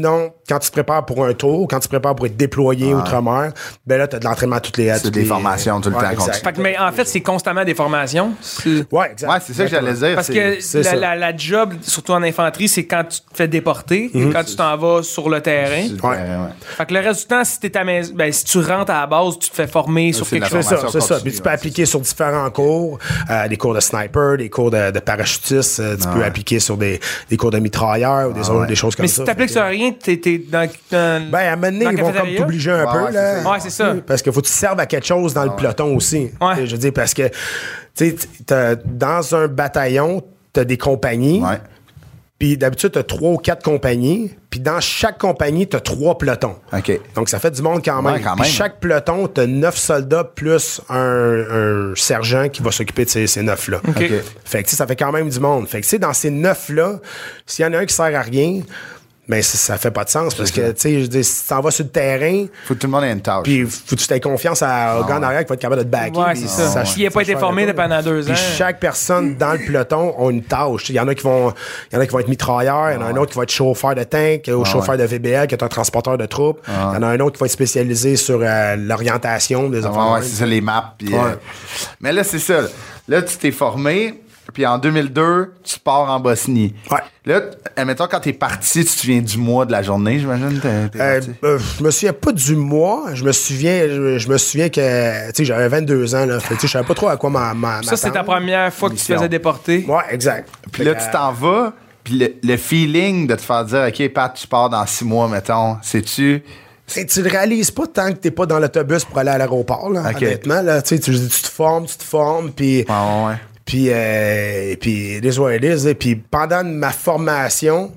sinon, quand tu te prépares pour un tour, quand tu te prépares pour être déployé ouais. outre-mer, ben là, tu as de l'entraînement toutes les... C'est toutes des les, formations tout le ouais, temps. exact. Fait que, mais en fait, c'est constamment des formations. C'est... Ouais, exact. Ouais, c'est ça que j'allais dire. Parce c'est... que c'est la, ça. la, la job, surtout en infanterie, c'est quand tu te fais déporter, Mm-hmm. quand tu t'en vas sur le terrain. C'est- Ouais. ouais, ouais. Fait que le reste du temps, si t'es à maison, ben, si tu rentres à la base, tu te fais former sur c'est quelque la chose. C'est ça, formation c'est ça. continue, Puis tu peux ouais, appliquer sur différents cours, euh, des cours de sniper, des cours de, de parachutiste, euh, tu Ah peux ouais. appliquer sur des, des cours de mitrailleur ou des, autres, ouais. des choses comme Mais ça. si t'appliques Fait sur rien, t'es, t'es dans, dans. que- Ben, à un moment donné, dans la ils vont comme cafétéria? t'obliger un Ouais, peu, ouais, là. c'est ça. Ouais, c'est ça. Parce qu'il faut que tu serves à quelque chose dans le peloton aussi. Ouais. Tu sais, Je veux dire, parce que, tu sais, t'as- dans un bataillon, t'as des compagnies. Ouais. Puis d'habitude, t'as trois ou quatre compagnies. Puis dans chaque compagnie, t'as trois pelotons. OK. Donc, ça fait du monde quand même. Ouais, quand Puis même. chaque peloton, t'as neuf soldats plus un, un sergent qui va s'occuper de ces, ces neuf-là. OK. OK. Fait que, tu sais, ça fait quand même du monde. Fait que, tu sais, dans ces neuf-là, s'il y en a un qui sert à rien, ben, ça, ça fait pas de sens. Parce que, tu sais, je veux dire, si tu t'en vas sur le terrain, Faut que tout le monde ait une tâche. puis faut que tu aies confiance à, au gars en arrière qui va être capable de te backer. Ouais, puis c'est ça. S'il n'a pas été formé change pendant deux Puis ans. chaque personne dans le peloton a une tâche. Il y en a qui vont, il y en a qui vont être mitrailleurs, il y en a un autre qui va être chauffeur de tank, ou chauffeur de V B L, qui est un transporteur de troupes. Il y en a un autre qui va être spécialisé sur euh, l'orientation des Ah, affaires. ouais, de c'est même. ça, les maps. Puis, Ouais. euh, Mais là, c'est ça. Là, tu t'es formé, puis en deux mille deux, tu pars en Bosnie. Ouais. Là, admettons, quand t'es parti, tu te souviens du mois de la journée, j'imagine? T'es, t'es Euh, parti? euh, je me souviens pas du mois. Je me souviens, je, je me souviens que, tu sais, j'avais vingt-deux ans, là. Fait que, tu sais, je savais pas trop à quoi ma, ma, Ça, c'est ta première fois que tu te faisais déporter. Ouais, exact. Puis Fait là, que, tu t'en vas, puis le, le feeling de te faire dire, OK, Pat, tu pars dans six mois, mettons, sais-tu? Et tu le réalises pas tant que t'es pas dans l'autobus pour aller à l'aéroport, là, Ok. honnêtement. Là, tu, sais, tu, tu te formes, tu te formes, puis... Ah, ouais. Puis, euh, puis, this what it is, là. Puis pendant ma formation,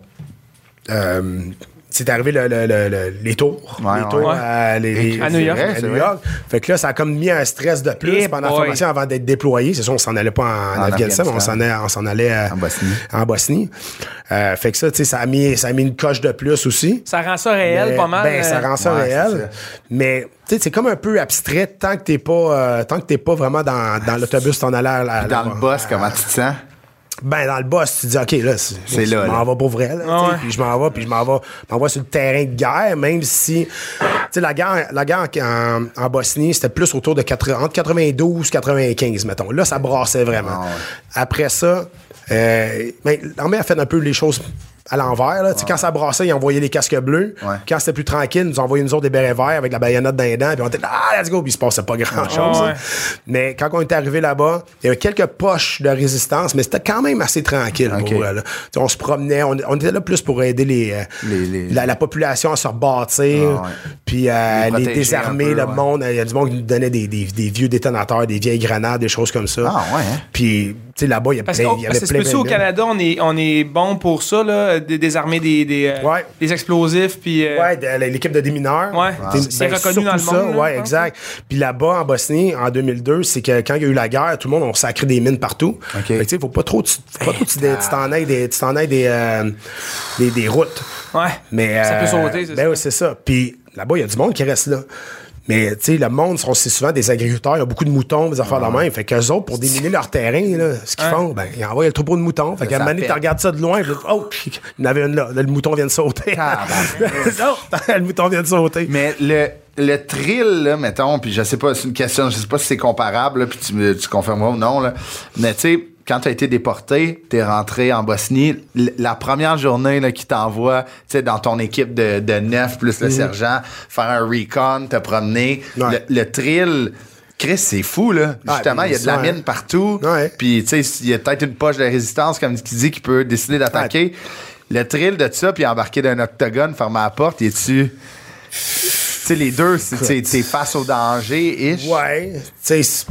euh, c'est arrivé le, le- le- le- les tours. Ouais, les tours ouais. à, les- les- À New York. à C'est New vrai. York. Fait que là, ça a comme mis un stress de plus Eh pendant la boy. formation avant d'être déployé. C'est sûr, on s'en allait pas en, En Afghanistan, mais on Afghanistan. s'en allait, on s'en allait euh, En Bosnie. en Bosnie. Euh, fait que ça, tu sais, ça a mis, ça a mis une coche de plus aussi. Ça rend ça réel, Mais, pas mal. Ben, ça euh, rend ça ouais, c'est réel. Mais, tu sais, c'est comme un peu abstrait tant que t'es pas, euh, tant que t'es pas vraiment dans, dans l'autobus, t'en allais à, la- Dans le boss, comment tu te sens? Ben, dans le boss, tu te dis, OK, là, c'est, C'est je là, m'en là. vais pour vrai, là, Ah tu sais, ouais. puis je m'en vais, puis je m'en vais, m'en vais sur le terrain de guerre, même si, tu sais, la guerre, la guerre en, en Bosnie, c'était plus autour de quatre- entre quatre-vingt-douze et quatre-vingt-quinze, mettons. Là, ça brassait vraiment. Ah ouais. Après ça, euh, ben, l'armée a fait un peu les choses à l'envers, là. Tu sais, quand ça brassait, ils envoyaient les casques bleus. Ouais. Quand c'était plus tranquille, ils nous envoyaient nous autres des bérets verts avec la baïonnette dans les dents, puis on était là, ah, let's go, puis il se passait pas grand-chose. Ah ouais. hein. Mais quand on est arrivé là-bas, il y avait quelques poches de résistance, mais c'était quand même assez tranquille. Ok. Pour, euh, là. Tu sais, on se promenait, on, on était là plus pour aider les, euh, Les- les- La, la population à se rebâtir, Ah ouais. puis euh, Les les, protéger désarmer un peu, le ouais. monde. Il y a du monde qui nous donnait des, des, des vieux détonateurs, des vieilles grenades, des choses comme ça. Ah ouais, hein? Puis, tu sais, là-bas, il y a Parce plein, que il y parce avait que plein c'est plus au de- Canada, on est, on est bon pour ça, là, de désarmer des, des, euh, Ouais. des explosifs. Puis, euh, Ouais, de- l'équipe de démineurs. Ouais. T'es- C'est ben, reconnu surtout dans le ça, monde, là, ouais, je pense. exact. Puis là-bas, en Bosnie, en deux mille deux, c'est que quand il y a eu la guerre, tout le monde a sacré des mines partout. OK. Fait que, tu sais, faut pas trop, tu- faut pas trop tu tu t'en ailles des, tu t'en ailles des, euh, des, des routes. ouais. Mais, Ça peut euh, sauter, c'est ben ça. oui, c'est ça. Puis là-bas, il y a du monde qui reste là. Mais, tu sais, le monde, sont- c'est souvent des agriculteurs, il y a beaucoup de moutons, des affaires de même. Fait qu'eux autres, pour déminer leur terrain, là, ce qu'ils Ouais. font, ben, ils envoient le troupeau de moutons. Fait qu'à un Ça moment donné, tu pète. regardes ça de loin, puis oh, il y en avait une là. Là, le mouton vient de sauter. Ah, Non, le mouton vient de sauter. Mais le, le thrill, là, mettons, puis je sais pas, c'est une question, je sais pas si c'est comparable, là, puis tu, me- tu confirmeras ou non, là, mais tu sais, quand tu as été déporté, tu es rentré en Bosnie, l- la première journée là, qui t'envoie, tu sais, dans ton équipe de, de neuf plus le sergent, faire un recon, te promener, Ouais. le, le thrill... Chris, c'est fou, là. Ah, Justement, il y a de la ça, mine partout. Ouais. Puis, tu sais, il y a peut-être une poche de résistance, comme qui dit, qui peut décider d'attaquer. Le thrill de ça, puis embarquer d'un octogone, fermer la porte, y es-tu... Tu sais, les deux, c'est- t'es t'es face au danger, ish. Ouais, tu sais.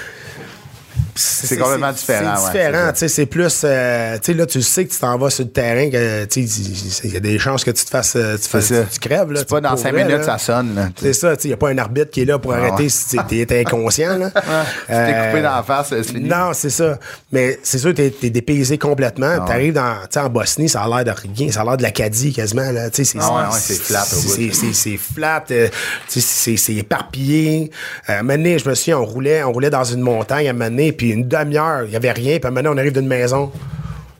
C'est complètement différent, C'est ouais, différent, c'est ça. tu sais, c'est plus. euh, tu sais, là, tu sais que tu t'en vas sur le terrain, que tu sais, il y a des chances que tu te fasses. euh, Tu, fasses C'est ça. tu, tu crèves, là. C'est pas dans pour cinq vrai, minutes, là. ça sonne, là. C'est ça, tu sais, il n'y a pas un arbitre qui est là pour Ah arrêter ouais. si t'es t'es inconscient, là. Tu t'es coupé dans la face, c'est fini. Non, c'est ça. Mais c'est sûr, t'es es dépaysé complètement. Ah T'arrives dans, tu sais, en Bosnie, ça a l'air de rien. Ça a l'air de l'Acadie quasiment, là. Tu sais, c'est Ah ouais, ouais, c'est flat au bout. c'est- c'est- C'est flat. euh, tu sais, c'est c'est éparpillé. Euh, à un moment donné, je me souviens, on roulait, on roulait dans une montagne à un moment donné, puis une demi-heure, il n'y avait rien. Puis à un moment donné, on arrive d'une maison.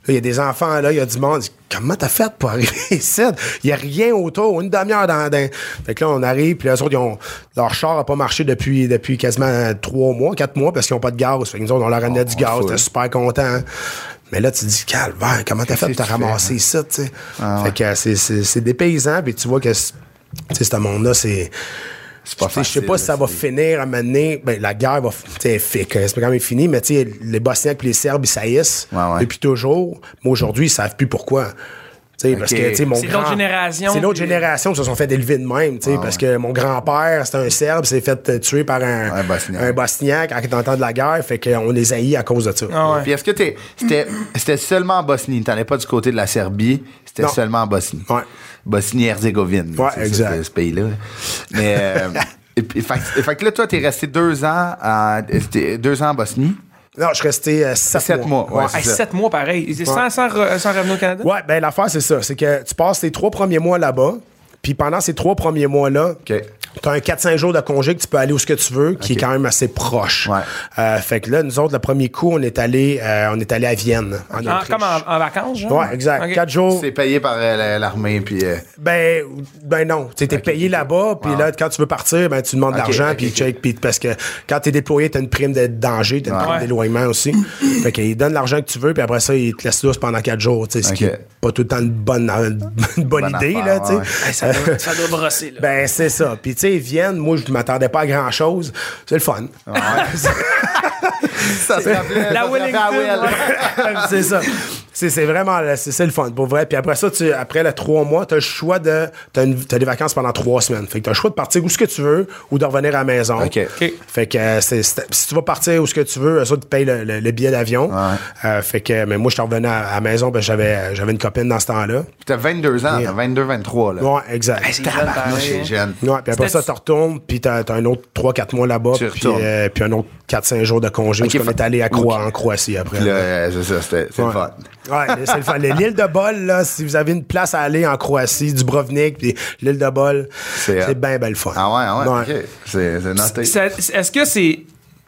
il y a des enfants, là, il y a du monde. Comment t'as fait pour arriver ici? Il n'y a rien autour, une demi-heure dans, dans... Fait que là, on arrive, puis les autres, ils ont... leur char n'a pas marché depuis, depuis quasiment trois mois, quatre mois, parce qu'ils n'ont pas de gaz. Fait que nous autres, on leur ramenait oh, du gaz, t'es super content. Hein? Mais là, tu te dis, calvaire, comment t'as fait pour te ramasser hein? ça, tu sais? Ah, ouais. Fait que c'est, c'est, c'est des paysans, puis tu vois que, tu sais, ce monde-là, c'est... C'est pas facile, je sais pas si ça va finir à un moment donné. Ben, la guerre va. C'est quand même fini, mais les Bosniaques et les Serbes, ils saillissent ouais, ouais. depuis toujours. Mais aujourd'hui, ils savent plus pourquoi. Okay. Parce que, mon c'est grand... l'autre génération. C'est l'autre génération qui se sont fait élever de même. Ah, parce ouais. que mon grand-père, c'était un Serbe, s'est fait tuer par un, un Bosniaque, un Bosniaque quand il était en temps de la guerre. Fait qu'on les haït à cause de ça. Ah, ouais. Puis est-ce que t'es, c'était, c'était seulement en Bosnie? T'en es pas du côté de la Serbie, c'était non. seulement en Bosnie. Ouais. Bosnie-Herzégovine. Ouais, exact. Ça, ce pays-là. Mais. Euh, Et, et, fait, et fait que là, toi, t'es resté deux ans, à, deux ans en Bosnie. Non, je suis resté euh, sept, sept mois. mois. Ouais, ouais, sept mois, pareil. Ouais. Sans, sans, sans revenir au Canada? Ouais, ben l'affaire, c'est ça. C'est que tu passes tes trois premiers mois là-bas, puis pendant ces trois premiers mois-là, okay. t'as un quatre cinq jours de congé que tu peux aller où ce que tu veux, qui okay. est quand même assez proche. Ouais. Euh, fait que là, nous autres, le premier coup, on est allé, euh, on est allé à Vienne. En ah, comme en, en vacances, genre? Ouais, exact. Okay. Quatre jours. C'est payé par euh, l'armée, puis... Euh... Ben, ben non. Tu es okay. payé là-bas, puis wow. là, quand tu veux partir, ben tu demandes de okay. l'argent, puis okay. check, puis parce que quand t'es déployé, t'as une prime de danger, t'as une ouais. prime d'éloignement aussi. Fait qu'ils donnent l'argent que tu veux, puis après ça, ils te laissent douce pendant quatre jours, tu sais, ce okay. qui est pas tout le temps une bonne, une bonne, bonne idée, affaire, là, tu sais. Ouais. Hey, ça, doit, ça doit brosser, là. Ben, c'est ça. Puis, tu sais, Vienne, moi, je m'attendais pas à grand-chose. C'est le fun. Ouais. ça se rappelait. La Wellington. C'est ça. C'est, c'est vraiment c'est, c'est le fun, pour vrai. Puis après ça, tu, après les trois mois, tu as le choix de. Tu as des vacances pendant trois semaines. Fait que tu as le choix de partir où ce que tu veux ou de revenir à la maison. OK. okay. Fait que euh, c'est, c'est, si tu vas partir où ce que tu veux, eux autres, ils payent le, le, le billet d'avion. Ouais. Euh, fait que, mais moi, je suis revenu à, à la maison, ben, j'avais, j'avais une copine dans ce temps-là. Puis t'as vingt-deux ans, t'as vingt-deux, vingt-trois, là. Ouais, exact. Hey, c'est jeune, c'est jeune. Ouais, puis après C'était... ça, tu retournes, puis t'as, t'as un autre trois quatre mois là-bas, puis, euh, puis un autre quatre cinq jours de congé, okay, parce qu'on est allé à Cro- okay. en Croatie après. Là, là. C'est ça, c'était, c'est ouais. le fun. Ouais, c'est le fun. L'île de Bol, là, si vous avez une place à aller en Croatie, Dubrovnik, puis l'île de Bol, c'est, c'est bien, bien le fun. Ah ouais, ah ouais, ouais. OK. C'est, c'est noté. C'est, est-ce que c'est...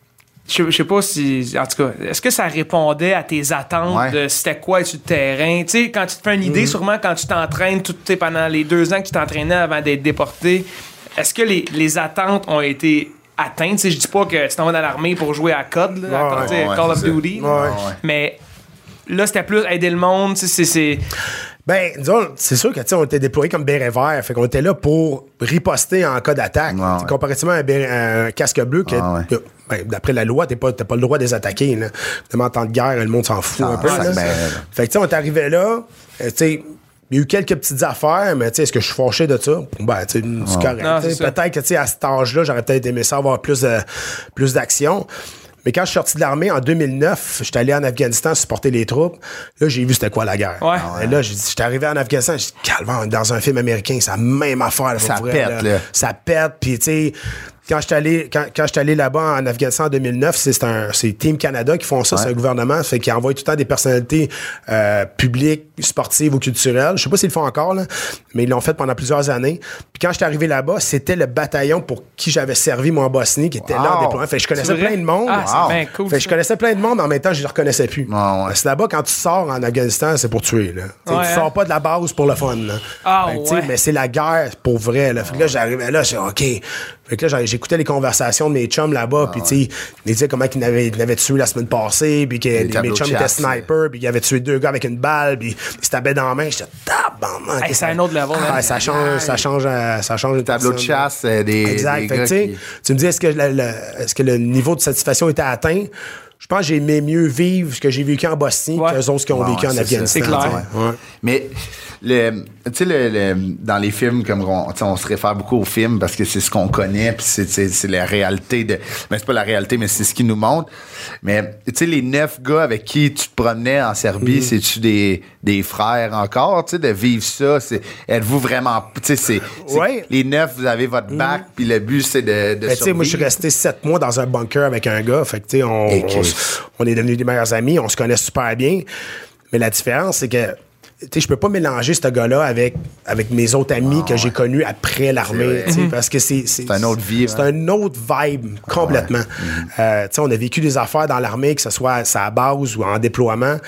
Je sais pas si... En tout cas, est-ce que ça répondait à tes attentes ouais. de c'était quoi être sur le terrain? Tu sais, quand tu te fais une idée, mm-hmm. sûrement quand tu t'entraînes tout, pendant les deux ans que tu t'entraînais avant d'être déporté, est-ce que les, les attentes ont été... atteinte. Je dis pas que tu t'en vas dans l'armée pour jouer à C O D, là, ouais, à ouais, Call ouais, of Duty. Ouais. Mais là, c'était plus aider le monde. C'est, c'est... Ben, disons, c'est sûr que, tu sais, on était déployés comme béret vert. Fait qu'on était là pour riposter en cas d'attaque. Ouais, ouais. Comparativement à un, béret, un casque bleu, que, ouais, ouais. Ben, d'après la loi, t'es pas, t'as pas le droit de les attaquer. Là. Tellement en temps de guerre, le monde s'en fout ah, un peu. Là. Ben, fait que, tu sais, on est arrivé là, tu sais, il y a eu quelques petites affaires, mais tu sais, est-ce que je suis fâché de ça? Ben, tu sais, c'est ouais. correct. Non, c'est peut-être que, tu sais, à cet âge-là, j'aurais peut-être aimé ça avoir plus, de, plus d'action. Mais quand je suis sorti de l'armée en deux mille neuf, j'étais allé en Afghanistan supporter les troupes. Là, j'ai vu c'était quoi la guerre. Ouais. Et là, j'étais arrivé en Afghanistan, j'ai dit, calme, dans un film américain, c'est la même affaire. Là, ça vrai, pète, là. là. Ça pète, puis tu sais... Quand j'étais allé, quand, quand j'étais allé là-bas en Afghanistan en deux mille neuf, c'est, c'est, un, c'est Team Canada qui font ça, ouais. c'est un gouvernement, fait qu'ils envoient tout le temps des personnalités euh, publiques, sportives ou culturelles. Je sais pas s'ils le font encore, là, mais ils l'ont fait pendant plusieurs années. Puis quand j'étais arrivé là-bas, c'était le bataillon pour qui j'avais servi, moi, en Bosnie, qui était wow. là en déploiement. Fait que je connaissais plein de monde. Ah, c'est bien cool. Fait que je connaissais plein de monde, mais en même temps, je les reconnaissais plus. Oh, ouais. C'est là-bas, quand tu sors en Afghanistan, c'est pour tuer, là. Ouais, tu hein? sors pas de la base pour le fun, là. Ah, fait, ouais. Mais c'est la guerre pour vrai, là. Fait que là, j'arrivais là, je dis, OK. Fait que là, j'écoutais les conversations de mes chums là-bas, ah, puis tu sais, ils disaient comment ils n'avaient, ils avaient tué la semaine passée, puis que les, mes chums étaient snipers, puis qu'ils avaient tué deux gars avec une balle, puis ils se tapaient dans la main. J'étais tabarnak. Hey, c'est un autre level. Ah, ça change, ça change, ça change le tableau de chasse des. Exact. Des fait gars que, qui... tu me dis, est-ce que, le, le, est-ce que le niveau de satisfaction était atteint? Je pense que j'aimais mieux vivre ce que j'ai vécu en Bosnie ouais. qu'eux autres qui ont ouais, vécu ouais, en Afghanistan. C'est clair. Ouais. Mais, le, tu sais, le, le, dans les films, comme on, on se réfère beaucoup aux films parce que c'est ce qu'on connaît, puis c'est, c'est, c'est la réalité de. Mais c'est pas la réalité, mais c'est ce qu'ils nous montrent. Mais, tu sais, les neuf gars avec qui tu te promenais en Serbie, mm. c'est-tu des, des frères encore, tu sais, de vivre ça? C'est, êtes-vous vraiment. Tu sais, c'est, c'est ouais. les neuf, vous avez votre bac, mm. puis le but, c'est de. de tu sais, moi, je suis resté sept mois dans un bunker avec un gars. Fait que, tu sais, on, on, on est devenus des meilleurs amis, on se connaît super bien. Mais la différence, c'est que. Tu sais, je peux pas mélanger ce gars-là avec, avec mes autres amis ah, que ouais. j'ai connus après l'armée, tu sais, mm-hmm. parce que c'est... C'est, c'est un autre vie. C'est hein? un autre vibe, complètement. Ah, ouais. mm-hmm. euh, tu sais, on a vécu des affaires dans l'armée, que ce soit à sa base ou en déploiement,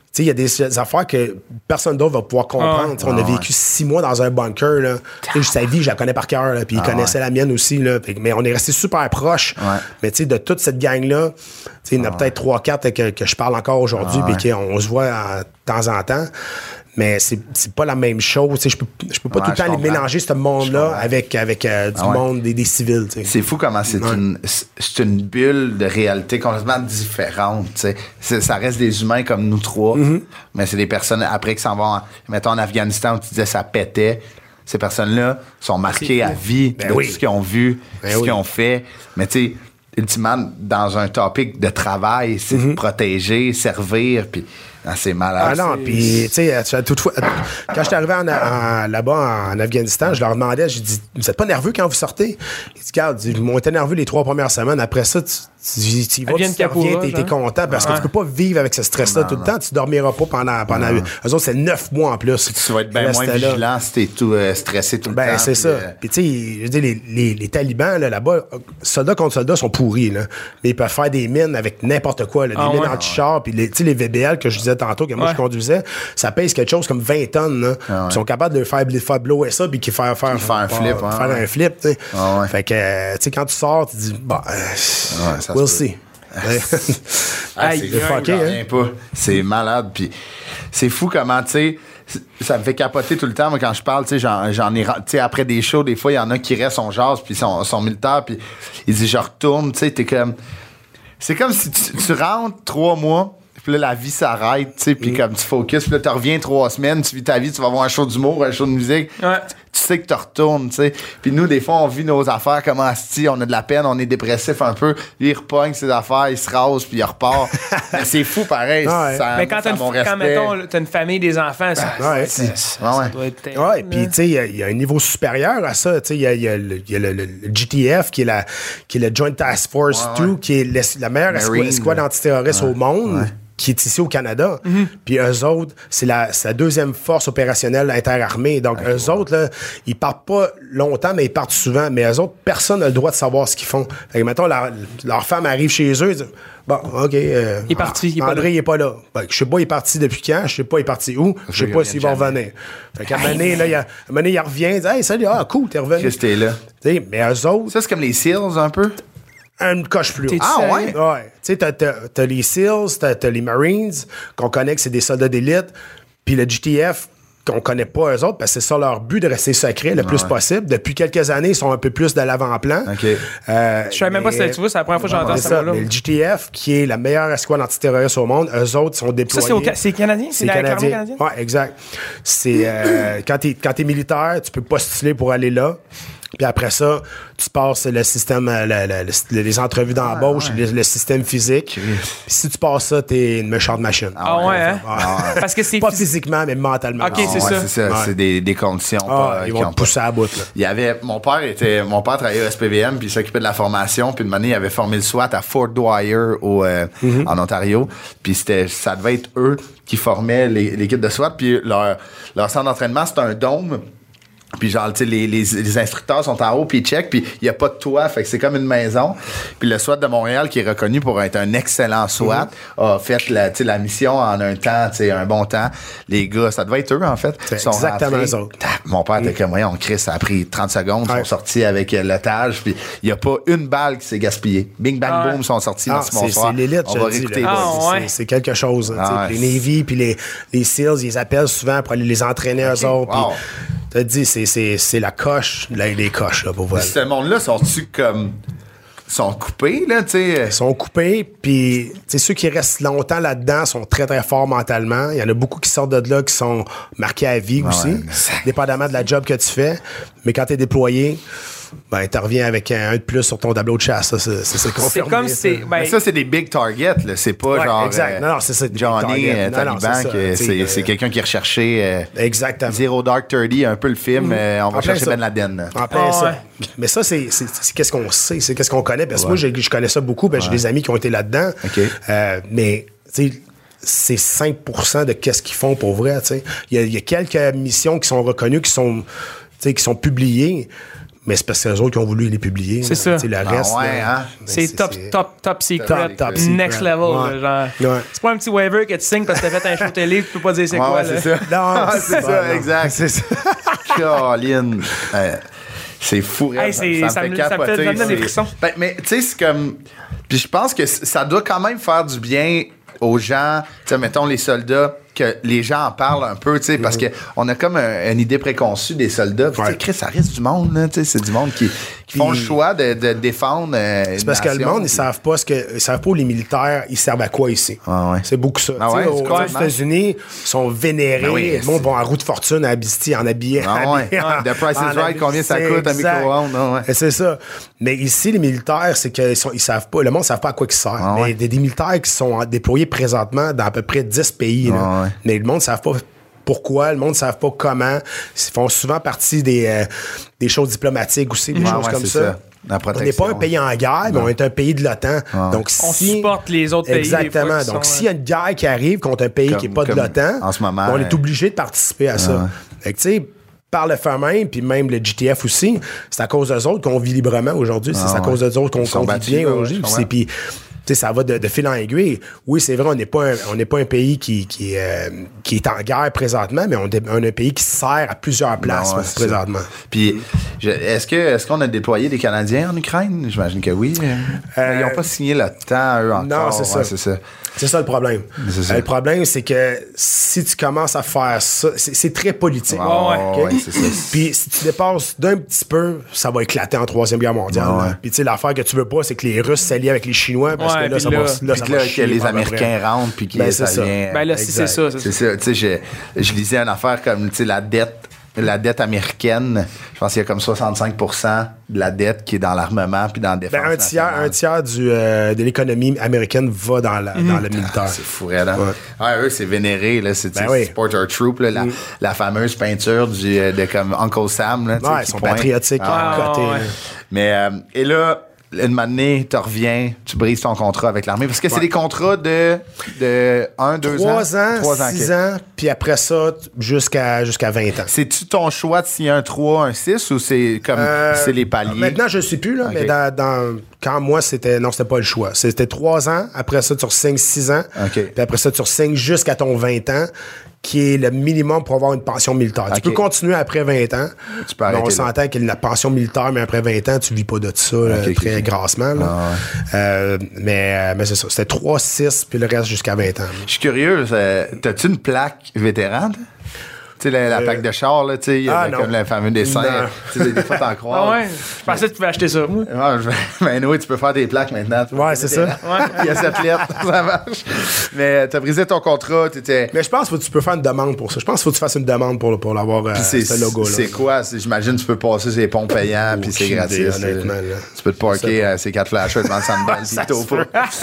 il y a des, des affaires que personne d'autre va pouvoir comprendre. Ah, on a vécu ouais. six mois dans un bunker. Là. Sa vie, je la connais par cœur. Puis il ah, connaissait ouais. la mienne aussi. Là. Mais on est resté super proches. Ouais. Mais de toute cette gang-là, il y en a ah, peut-être trois quatre que, que je parle encore aujourd'hui. Puis ah, ouais. qu'on se voit de temps en temps. Mais c'est, c'est pas la même chose. Je peux, je peux pas ouais, tout le temps les mélanger, ce monde-là, avec, avec euh, du ah ouais. monde des, des civils. T'sais. C'est fou comment c'est, ouais. une, c'est une bulle de réalité complètement différente. C'est, ça reste des humains comme nous trois, mm-hmm. mais c'est des personnes, après qui s'en vont, en, mettons en Afghanistan, où tu disais ça pétait. Ces personnes-là sont marquées à vie ben de oui. tout ce qu'ils ont vu, ben ce oui. qu'ils ont fait. Mais tu sais, ultimement, dans un topic de travail, c'est mm-hmm. protéger, servir, puis... Ah, c'est malade. Ah non, puis, tu sais, toutefois, quand je suis arrivé en, en, là-bas en Afghanistan, je leur demandais, j'ai dit, vous êtes pas nerveux quand vous sortez? Ils disent, regarde, ils m'ont été nerveux les trois premières semaines. Après ça, tu, tu, tu y vas, tu reviens, t'es, t'es content parce ouais. que tu peux pas vivre avec ce stress-là non, tout non. le temps. Tu dormiras pas pendant. pendant eux autres, c'est neuf mois en plus. Tu vas être bien moins vigilant là. Si t'es tout euh, stressé tout le ben, temps. Ben, c'est ça. Euh... Puis, tu sais, je veux dire, les, les, les talibans, là, là-bas, soldats contre soldats sont pourris, là. Mais ils peuvent faire des mines avec n'importe quoi, là, des ah, mines ouais. anti-char, puis tu sais, les V B L que je disais tantôt, que moi, ouais. je conduisais, ça pèse quelque chose comme vingt tonnes, là. Ah, ouais. Ils sont capables de faire, de faire blower ça, puis qu'ils faire, faire, faire un flip. Faire, faire un flip, tu sais. Ah, ouais. Fait que, tu sais, quand tu sors, tu dis, bah, euh, we'll see. ah, c'est fucké, hein? Pas. C'est malade, puis c'est fou comment, tu sais, ça me fait capoter tout le temps, moi, quand je parle, tu sais, j'en, j'en ai, tu sais, après des shows, des fois, il y en a qui restent, on jase, puis ils sont, sont militaires, puis ils disent, je retourne, tu sais, t'es comme... C'est comme si tu, tu rentres trois mois, puis là, la vie s'arrête, tu sais, puis mm. comme tu focuses, puis là, tu reviens trois semaines, tu vis ta vie, tu vas voir un show d'humour, un show de musique, ouais. tu, tu sais que tu retournes, tu sais. Puis nous, des fois, on vit nos affaires comme asti, on a de la peine, on est dépressif un peu, lui, il repogne ses affaires, il se rase, puis il repart. Mais c'est fou, pareil. Ouais. Ça, mais quand, t'as une, quand mettons, t'as une famille, des enfants, ça, ouais. c'est, ça, ouais. ça doit être terrible. Ouais, puis tu sais, il y, y a un niveau supérieur à ça, tu sais, il y a, y a, le, y a le, le, le G T F, qui est, la, qui est le Joint Task Force ouais, deux, ouais. qui est le, la meilleure Marine, escouade ouais. antiterroriste ouais. au monde. Ouais. Qui est ici au Canada. Mm-hmm. Puis eux autres, c'est la, c'est la deuxième force opérationnelle interarmée. Donc, okay, eux ouais. autres, là, ils partent pas longtemps, mais ils partent souvent. Mais eux autres, personne n'a le droit de savoir ce qu'ils font. Fait que, mettons, leur, leur femme arrive chez eux, ils disent, bon, OK. Euh, il est parti. Il est André, pas il est pas là. Fait que, je sais pas, il est parti depuis quand. Je sais pas, il est parti où. Je sais pas s'il va revenir. Fait qu'à un moment donné, là, il, a, un moment donné, il revient, il dit, hey, salut, ah, cool, t'es revenu. Qu'est-ce que t'es là? T'sais, mais eux autres. Ça, c'est comme les SEALs, un peu? Une coche plus haut. Ah ouais? Ouais. Tu sais, t'as, t'as, t'as les SEALs, t'as, t'as les Marines, qu'on connaît que c'est des soldats d'élite, puis le G T F, qu'on connaît pas eux autres, parce que c'est ça leur but de rester secret le ah plus ouais. possible. Depuis quelques années, ils sont un peu plus de l'avant-plan. OK. Euh, je savais même pas si c'était, tu vois, c'est la première fois que j'entends ça. Mais le G T F, qui est la meilleure escouade antiterroriste au monde, eux autres sont déployés. Ça, c'est, au, c'est canadien? C'est, c'est la canadien. canadienne? Ouais, exact. C'est, euh, quand t'es, quand t'es militaire, tu peux postuler pour aller là. Puis après ça, tu passes le système, le, le, le, les entrevues d'embauche, ah, ouais. le, le système physique. Puis si tu passes ça, t'es une méchante machine. Ah ouais, ouais hein? Ah ouais. Parce que c'est pas physiquement, mais mentalement. OK, c'est, ouais, ça. c'est ça. Ouais. C'est des, des conditions. Ah, pas, ils vont te pousser pas. À bout. Là. Il y avait, mon père était, mon père travaillait au S P V M, puis il s'occupait de la formation. Puis une année, il avait formé le SWAT à Fort Dwyer au, euh, mm-hmm. en Ontario. Puis c'était, ça devait être eux qui formaient les, l'équipe de SWAT. Puis leur, leur centre d'entraînement, c'était un dôme. Puis genre, tu sais, les, les, les instructeurs sont en haut, puis ils checkent, puis il n'y a pas de toit, fait que c'est comme une maison. Puis le SWAT de Montréal, qui est reconnu pour être un excellent SWAT, mm-hmm. a fait la, la mission en un temps, tu sais, un bon temps. Les gars, ça devait être eux, en fait. C'est sont exactement rentrés. Eux autres. Mon père était mm-hmm. comme, on crie, ça a pris trente secondes, ils ouais. sont sortis avec euh, l'otage, puis il n'y a pas une balle qui s'est gaspillée. Bing, bang, ah, boom, ils sont sortis. Ah, c'est, c'est l'élite, on va réécouter. Ah, ouais. c'est, c'est quelque chose. Ah, ouais. Les Navy, puis les, les SEALs, ils les appellent souvent pour aller les entraîner okay. eux autres. Wow. T'as dit, c'est, c'est, c'est la coche, là, les coches, là, pour voir. Ce monde-là, sont-tu comme. Sont coupés, là, tu sais? Ils sont coupés, puis, tu sais, ceux qui restent longtemps là-dedans sont très, très forts mentalement. Il y en a beaucoup qui sortent de là qui sont marqués à vie ah aussi, ouais, dépendamment de la job que tu fais. Mais quand t'es déployé, ben, tu reviens avec un, un de plus sur ton tableau de chasse. Ça, c'est, c'est, c'est confirmé. C'est comme ça. c'est. Ben, ça, c'est des big targets, là. C'est pas ouais, genre. Exact. Non, non, c'est ça. Johnny, euh, Taliban, non, non, c'est, ça, c'est, euh, c'est quelqu'un qui est recherché. Euh, exactement. Zero Dark thirty, un peu le film. Mmh. Euh, on va chercher Ben Laden. En plein oh, ça. Ouais. Mais ça, c'est, c'est, c'est, c'est qu'est-ce qu'on sait, c'est qu'est-ce qu'on connaît. Parce que ouais. moi, je, je connais ça beaucoup. Ben, ouais. J'ai des amis qui ont été là-dedans. Okay. Euh, mais, tu sais, c'est cinq pour cent de qu'est-ce qu'ils font pour vrai. Il y, y a quelques missions qui sont reconnues, qui sont, qui sont publiées. mais c'est parce que c'est eux autres qui ont voulu les publier. C'est ça. T'sais, le Ah reste, ouais, là, hein? ben, C'est top, top, top secret. Top, top secret. Next level. Ouais. Là, genre. Ouais. C'est pas un petit waiver que tu signes parce que t'as fait un show télé, tu peux pas dire c'est Ouais, quoi. ouais, là. c'est ça. Non, c'est c'est ça, bon, non. exact. C'est ça. Caroline. Euh, c'est fou. Hey, c'est- ça me- ça me fait- ça me donne des c'est- frissons. Ben, mais tu sais, c'est comme. Puis je pense que c- ça doit quand même faire du bien aux gens, tu sais, mettons les soldats, que les gens en parlent un peu, tu sais, parce qu'on a comme un- une idée préconçue des soldats. Puis, tu sais, Ouais. Chris, ça reste du monde, là, tu sais, c'est du monde qui, qui font le Puis- choix de, de défendre. euh, C'est une parce que le nation, monde, ils puis- savent pas ce que. Ils savent pas où les militaires, ils servent à quoi ici. Ah ouais. C'est beaucoup ça. Ah Tu sais, ouais, aux, c'est aux complètement. États-Unis, ils sont vénérés. Ben oui, le monde va en roue de fortune à Abitibi, en habillé. Ah ouais. The Price is Right, combien ça coûte un micro-ondes, ah ouais. Et c'est ça. Mais ici, les militaires, c'est qu'ils sont, ils savent pas. Le monde ne savent pas à quoi ils servent. Ah Mais ouais. des, des militaires qui sont déployés présentement dans à peu près dix pays. Là. Ah ouais. Mais le monde ne savent pas pourquoi, le monde ne savent pas comment. Ils font souvent partie des, euh, des choses diplomatiques aussi, des Ouais, choses ouais, comme c'est ça. ça. La On protection. n'est pas un pays en guerre, mais on est un pays de l'OTAN. Donc, On si... supporte les autres pays. des Exactement. fois, qui Donc, sont, s'il y a une guerre qui arrive contre un pays qui n'est pas de comme l'OTAN, en ce moment, on est euh, obligé de participer à ça. Fait que, tu sais, par le fait même, puis même le G T F aussi, c'est à cause d'eux autres qu'on vit librement aujourd'hui. C'est Ah, à cause d'eux autres qu'on Ils sont qu'on vit battus, bien ouais, aujourd'hui. je Puis comprends. c'est- Puis, tu sais, ça va de, de fil en aiguille. Oui, c'est vrai, on n'est pas, un- on n'est pas un pays qui, qui, euh, qui est en guerre présentement, mais on est on est un pays qui sert à plusieurs places Non, ouais, c'est ça. présentement. Puis, je- est-ce que est-ce qu'on a déployé des Canadiens en Ukraine? J'imagine que oui. Euh, Ils n'ont pas signé le temps, eux, encore. non, c'est ça. Ouais, c'est ça. C'est ça le problème. C'est ça. Euh, le problème, c'est que si tu commences à faire ça, c'est c'est très politique. Ouais, ouais, OK? ouais, c'est ça. Puis si tu dépasses d'un petit peu, ça va éclater en Troisième Guerre mondiale. Ouais, là. ouais. Puis tu sais, l'affaire que tu veux pas, c'est que les Russes s'allient avec les Chinois parce Ouais, que là, puis ça là- va, là, Puis ça que va là, chier que les par après. Américains rentrent, puis que Ben, ça c'est ça. vient... Ben là, si c'est Exact. ça. C'est ça, tu sais, je, je lisais une affaire comme, tu sais, la dette, la dette américaine, je pense qu'il y a comme soixante-cinq pour cent de la dette qui est dans l'armement puis dans la défense Ben, un tiers, nationale. un tiers du, euh, de l'économie américaine va dans, la, dans le militaire. C'est fou, là. Ouais. Ouais, eux, c'est vénéré, là. C'est, Ben tu sais, oui. Support Our Troop, là, la, la fameuse peinture du, euh, de comme Uncle Sam, là. tu sais, Ouais, qui ils sont pointe. patriotiques, Ah, ils ont coté, ouais. là. Mais, euh, et là, une année, tu reviens, tu brises ton contrat avec l'armée. Parce que c'est Ouais. des contrats de, de un, deux ans. Trois ans, Trois ans, six ok. ans, puis après ça, t- jusqu'à jusqu'à vingt ans. C'est-tu ton choix de signer un trois, un six ou c'est comme, Euh, c'est les paliers? Maintenant, je ne sais plus, là, Ok. mais dans, dans- quand moi, c'était. Non, c'était pas le choix. C'était trois ans. Après ça, tu re-signes six ans. Ok. Puis après ça, tu re-signes jusqu'à ton vingt ans, qui est le minimum pour avoir une pension militaire. Ok. Tu peux continuer après vingt ans. Tu peux mais arrêter on là. s'entend que la pension militaire, mais après vingt ans, tu vis pas de ça là, Ok, ok, très ok. grassement. là. Ah Euh, mais euh, mais c'est ça. C'était trois, six, puis le reste jusqu'à vingt ans. Je suis curieux, euh, t'as-tu une plaque vétéran? toi? Tu sais, la, la plaque de char, là, tu sais, il y ah, avait non. comme le fameux dessin. Non. Tu sais, des fois, t'en crois. Ah ouais? Je pensais que tu pouvais acheter ça. moi. Ouais, je- ben oui, tu peux faire des plaques maintenant. tu vois. Ouais, c'est ça. Il y a cette lettre, ça marche. Mais t'as brisé ton contrat, t'étais... Mais je pense que tu peux faire une demande pour ça. Je pense qu'il faut que tu fasses une demande pour, pour l'avoir, euh, Puis c'est, ce logo-là. c'est quoi? C'est- j'imagine que tu peux passer ces ponts payants, puis c'est Aucune gratis. idée, c'est- honnêtement, là. Tu peux te parker C'est à ces quatre flashers devant le sandball, puis Ça t'es au se pot.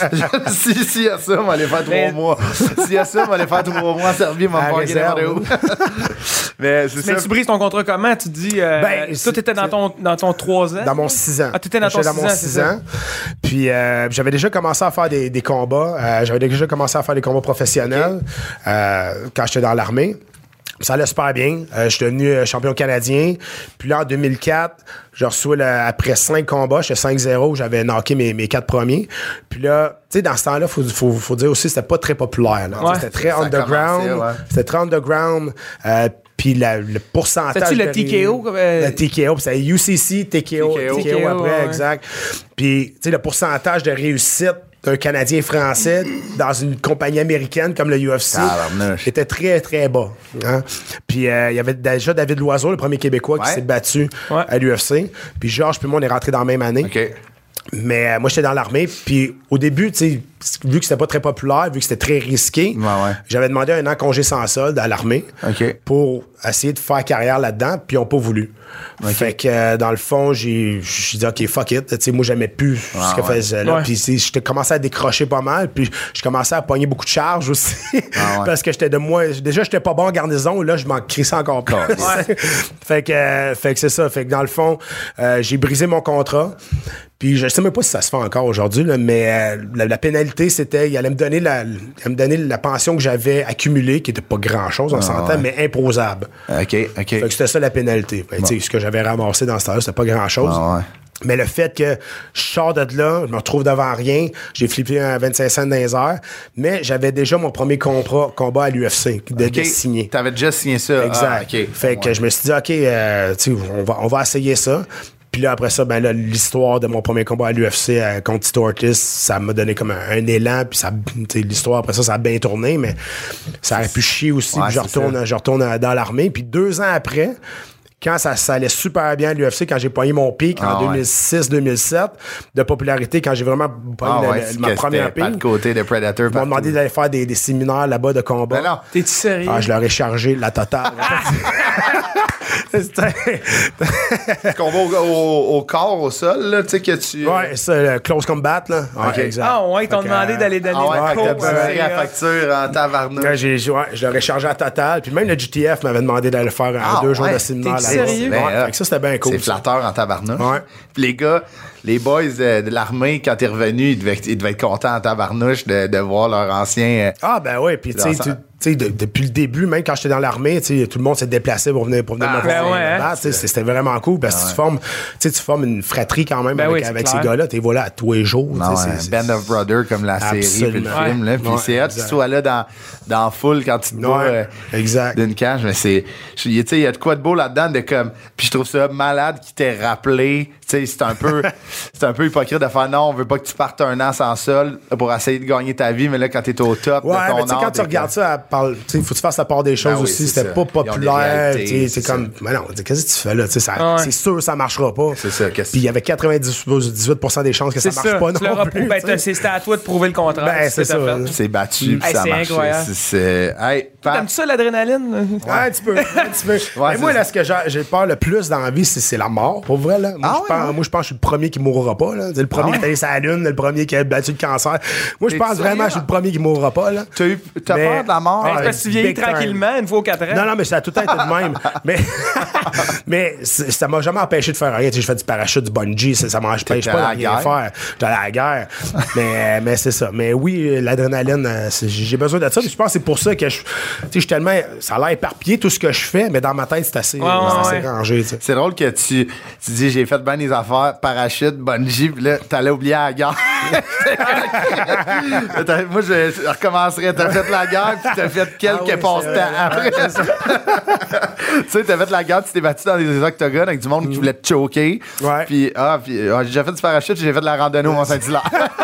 Si, s'il y a ça, on va aller faire trois Mais- mois. S'il y a ça, on va aller faire trois mois servi, on va À me parker réserve. n'importe où. Mais c'est Mais ça. tu brises ton contrat comment? Tu dis. Euh, Ben, toi, c'est- t'étais dans ton, dans ton trois ans? Dans mon six ans. Ah, t'étais dans ton J'étais six mon ans, six c'est ça. ans. Puis euh, j'avais déjà commencé à faire des, des combats. Euh, j'avais déjà commencé à faire des combats professionnels euh, quand j'étais dans l'armée. Ça allait super bien. Euh, je suis devenu euh, champion canadien. Puis là, en deux mille quatre, je reçois, le- après cinq combats, j'étais cinq zéro, j'avais knocké mes, mes quatre premiers. Puis là, tu sais, dans ce temps-là, il faut, faut, faut dire aussi, c'était pas très populaire. là. Ouais. C'était très Ça underground. commençait, ouais. C'était très underground. Euh, puis la- le pourcentage... C'était-tu le de T K O, ré- comme, euh, Le T K O, puis c'était U C C, T K O, T K O. T K O après, ouais. exact. Puis, tu sais, le pourcentage de réussite d'un Canadien français dans une compagnie américaine comme le U F C Tabarnouche. était très, très bas. Hein? Puis, euh, il y avait déjà David Loiseau, le premier Québécois, qui Ouais. s'est battu Ouais. à l'U F C. Puis, Georges puis moi, on est rentrés dans la même année. OK. Mais euh, moi, j'étais dans l'armée. Puis au début, tu sais, vu que c'était pas très populaire, vu que c'était très risqué, Ouais, ouais. j'avais demandé un an congé sans solde à l'armée OK. pour essayer de faire carrière là-dedans. Puis ils n'ont pas voulu. Fait que euh, dans le fond, j'ai j'ai dit OK, fuck it. Tu sais, moi, j'aimais plus ce que ouais. faisait là. Ouais. Puis c'est- j'étais commencé à décrocher pas mal. Puis je commençais à pogner beaucoup de charges aussi. Ah ouais. Parce que j'étais de moins. Déjà, j'étais pas bon en garnison. Là, je m'en crissais encore plus. Ouais. fait que, euh, fait que c'est ça. Fait que dans le fond, euh, j'ai brisé mon contrat. Puis je sais même pas si ça se fait encore aujourd'hui, là, mais euh, la, la pénalité pénalité, c'était, il allait me donner la, il allait me donner la pension que j'avais accumulée, qui était pas grand-chose, on Ah, s'entend, ouais. mais imposable. OK, OK. Fait que c'était ça la pénalité. Ben, tu sais, ce que j'avais ramassé dans ce temps-là, c'était pas grand-chose. Ah, ouais. Mais le fait que je sors de là, je me retrouve devant rien, j'ai flippé un vingt-cinq cents dans les airs, mais j'avais déjà mon premier combat, combat à l'U F C de, OK. de signer. T'avais déjà signé ça. Exact. Ah, OK. Fait que Ouais. je me suis dit, OK, euh, tu sais, on va, on va essayer ça. Puis là, après ça, ben là, l'histoire de mon premier combat à l'U F C euh, contre Tito Ortiz, ça m'a donné comme un, un élan. Puis ça, tu sais, l'histoire, après ça, ça a bien tourné, mais ça aurait pu chier aussi. Ouais, Puis je c'est retourne, je retourne dans l'armée. Puis deux ans après, quand ça, ça allait super bien à l'U F C, quand j'ai pogné mon pic Ah, en deux mille six deux mille sept de popularité, quand j'ai vraiment pogné Ah, le- ouais, le- c'est ma que première c'était pas le pic, côté de Predator. ils m'ont demandé d'aller faire des, des séminaires là-bas de combat. Ben non. T'es-tu sérieux? Ah, je leur ai chargé la totale. C'était- Combat au, au, au corps, au sol, là, tu sais, que tu. ouais, c'est le close combat, là. Ouais, Ok. exact. Ah ouais, ils t'ont Fait que, demandé euh, d'aller donner Ah ouais, des fait que cours. t'as c'est, payé la euh, facture en tabarnak. Là, j'ai, j'ai- ouais, je leur ai chargé à total. Puis même le G T F m'avait demandé d'aller faire un, Ah, deux jours ouais. de séminaire T'es là-bas. sérieux? Ouais, Ben, fait que ça, c'était bien cool. C'est ça. flatteur en tabarnouche. Ouais. Puis les gars, les boys de, de l'armée, quand t'es revenu, ils devaient, ils devaient être contents en tabarnouche de, de voir leur ancien. euh, Ah, ben oui. Puis, tu sais, Dans tu- ça- tu sais, de- depuis le début, même quand j'étais dans l'armée, tu sais, tout le monde s'est déplacé pour venir, pour venir Ah, me voir. ben ouais, hein? battre, tu sais, C'était c'était vraiment cool parce que tu formes, tu sais, tu formes une fratrie quand même Ben avec, oui, c'est avec ces clair. gars-là. Tu es voilà à tous les jours. tu sais, Non, c'est- un c'est- Band of Brothers comme la série puis le Absolument. film. Là, puis Ouais, c'est hot que tu exact. sois là dans, dans la foule quand tu te bats Ouais, euh, exact. d'une cage. Mais c'est. je- tu sais, il y a de quoi de beau là-dedans. De comme, puis je trouve ça malade qui t'ait rappelé. Tu sais, c'est un peu c'est un peu hypocrite de faire non, on veut pas que tu partes un an sans sol pour essayer de gagner ta vie, mais là, quand t'es au top Ouais, de ton mais tu sais, art, quand tu t'es regardes comme- ça, elle parle- tu sais, faut que tu fasses la part des choses Ben oui, aussi. c'est C'était ça. pas Ils ont des populaire. réalités, tu sais, C'est c'est comme, mais non, qu'est-ce que tu fais là? Tu sais, ça- Ouais. C'est sûr que ça marchera pas. C'est ça, qu'est-ce- Puis il y avait quatre-vingt-dix-huit pour cent des chances que ça C'est marche ça. pas Tu leur non as plus. prouvé. Ben, tu sais. t'as- c'est- c'était à toi de prouver le contraire. Ben, c'est ce que t'as ça. fait. c'est battu, puis Hey, ça c'est marche. incroyable. C'est, c'est- hey, Pat, T'aimes-tu ça, l'adrénaline? Ouais, un petit peu. Un petit peu. Ouais, Mais moi, c'est là, ce que j'ai, j'ai peur le plus dans la vie, c'est, c'est la mort. Pour vrai, là. Moi, Ah je ouais, pense, ouais. moi, je pense que je suis le premier qui mourra pas, là. C'est le premier Ah ouais? qui est allé sur la lune, le premier qui a battu le cancer. Moi, je T'es pense sérieux? vraiment que je suis le premier qui mourra pas, là. t'as, eu, t'as Mais- peur de la mort? Ben, c'est Ouais, parce que tu vieillis big time. tranquillement, une fois aux quatre ans. Non, non, mais ça a tout le temps été de même. mais mais c'est- ça m'a jamais empêché de faire rien. Tu sais, je fais du parachute, du bungee, ça, ça m'empêche T'étais pas à de la rien guerre? faire. J'étais allé à la guerre. mais mais c'est ça. Mais oui, l'adrénaline, euh, c'est- j'ai besoin de ça. Puis je pense que c'est pour ça que je, tu sais, je suis tellement. Ça a l'air éparpillé tout ce que je fais, mais dans ma tête, c'est assez, Ouais, c'est ouais, assez ouais. rangé. tu sais. C'est drôle que tu, tu dis j'ai fait bien des affaires, parachute, bungee, puis là, t'allais oublier la guerre. T'as- Moi, je, je recommencerais. T'as fait la guerre, puis t'as fait quelques Ah oui, c'est passe-temps vrai. après. Tu sais, t'as fait la guerre, tu t'es battu dans des octogones avec du monde qui voulait te choquer. Ouais. Puis, ah, puis ah, j'ai déjà fait du parachute, j'ai fait de la randonnée au Mont-Saint-Hilaire.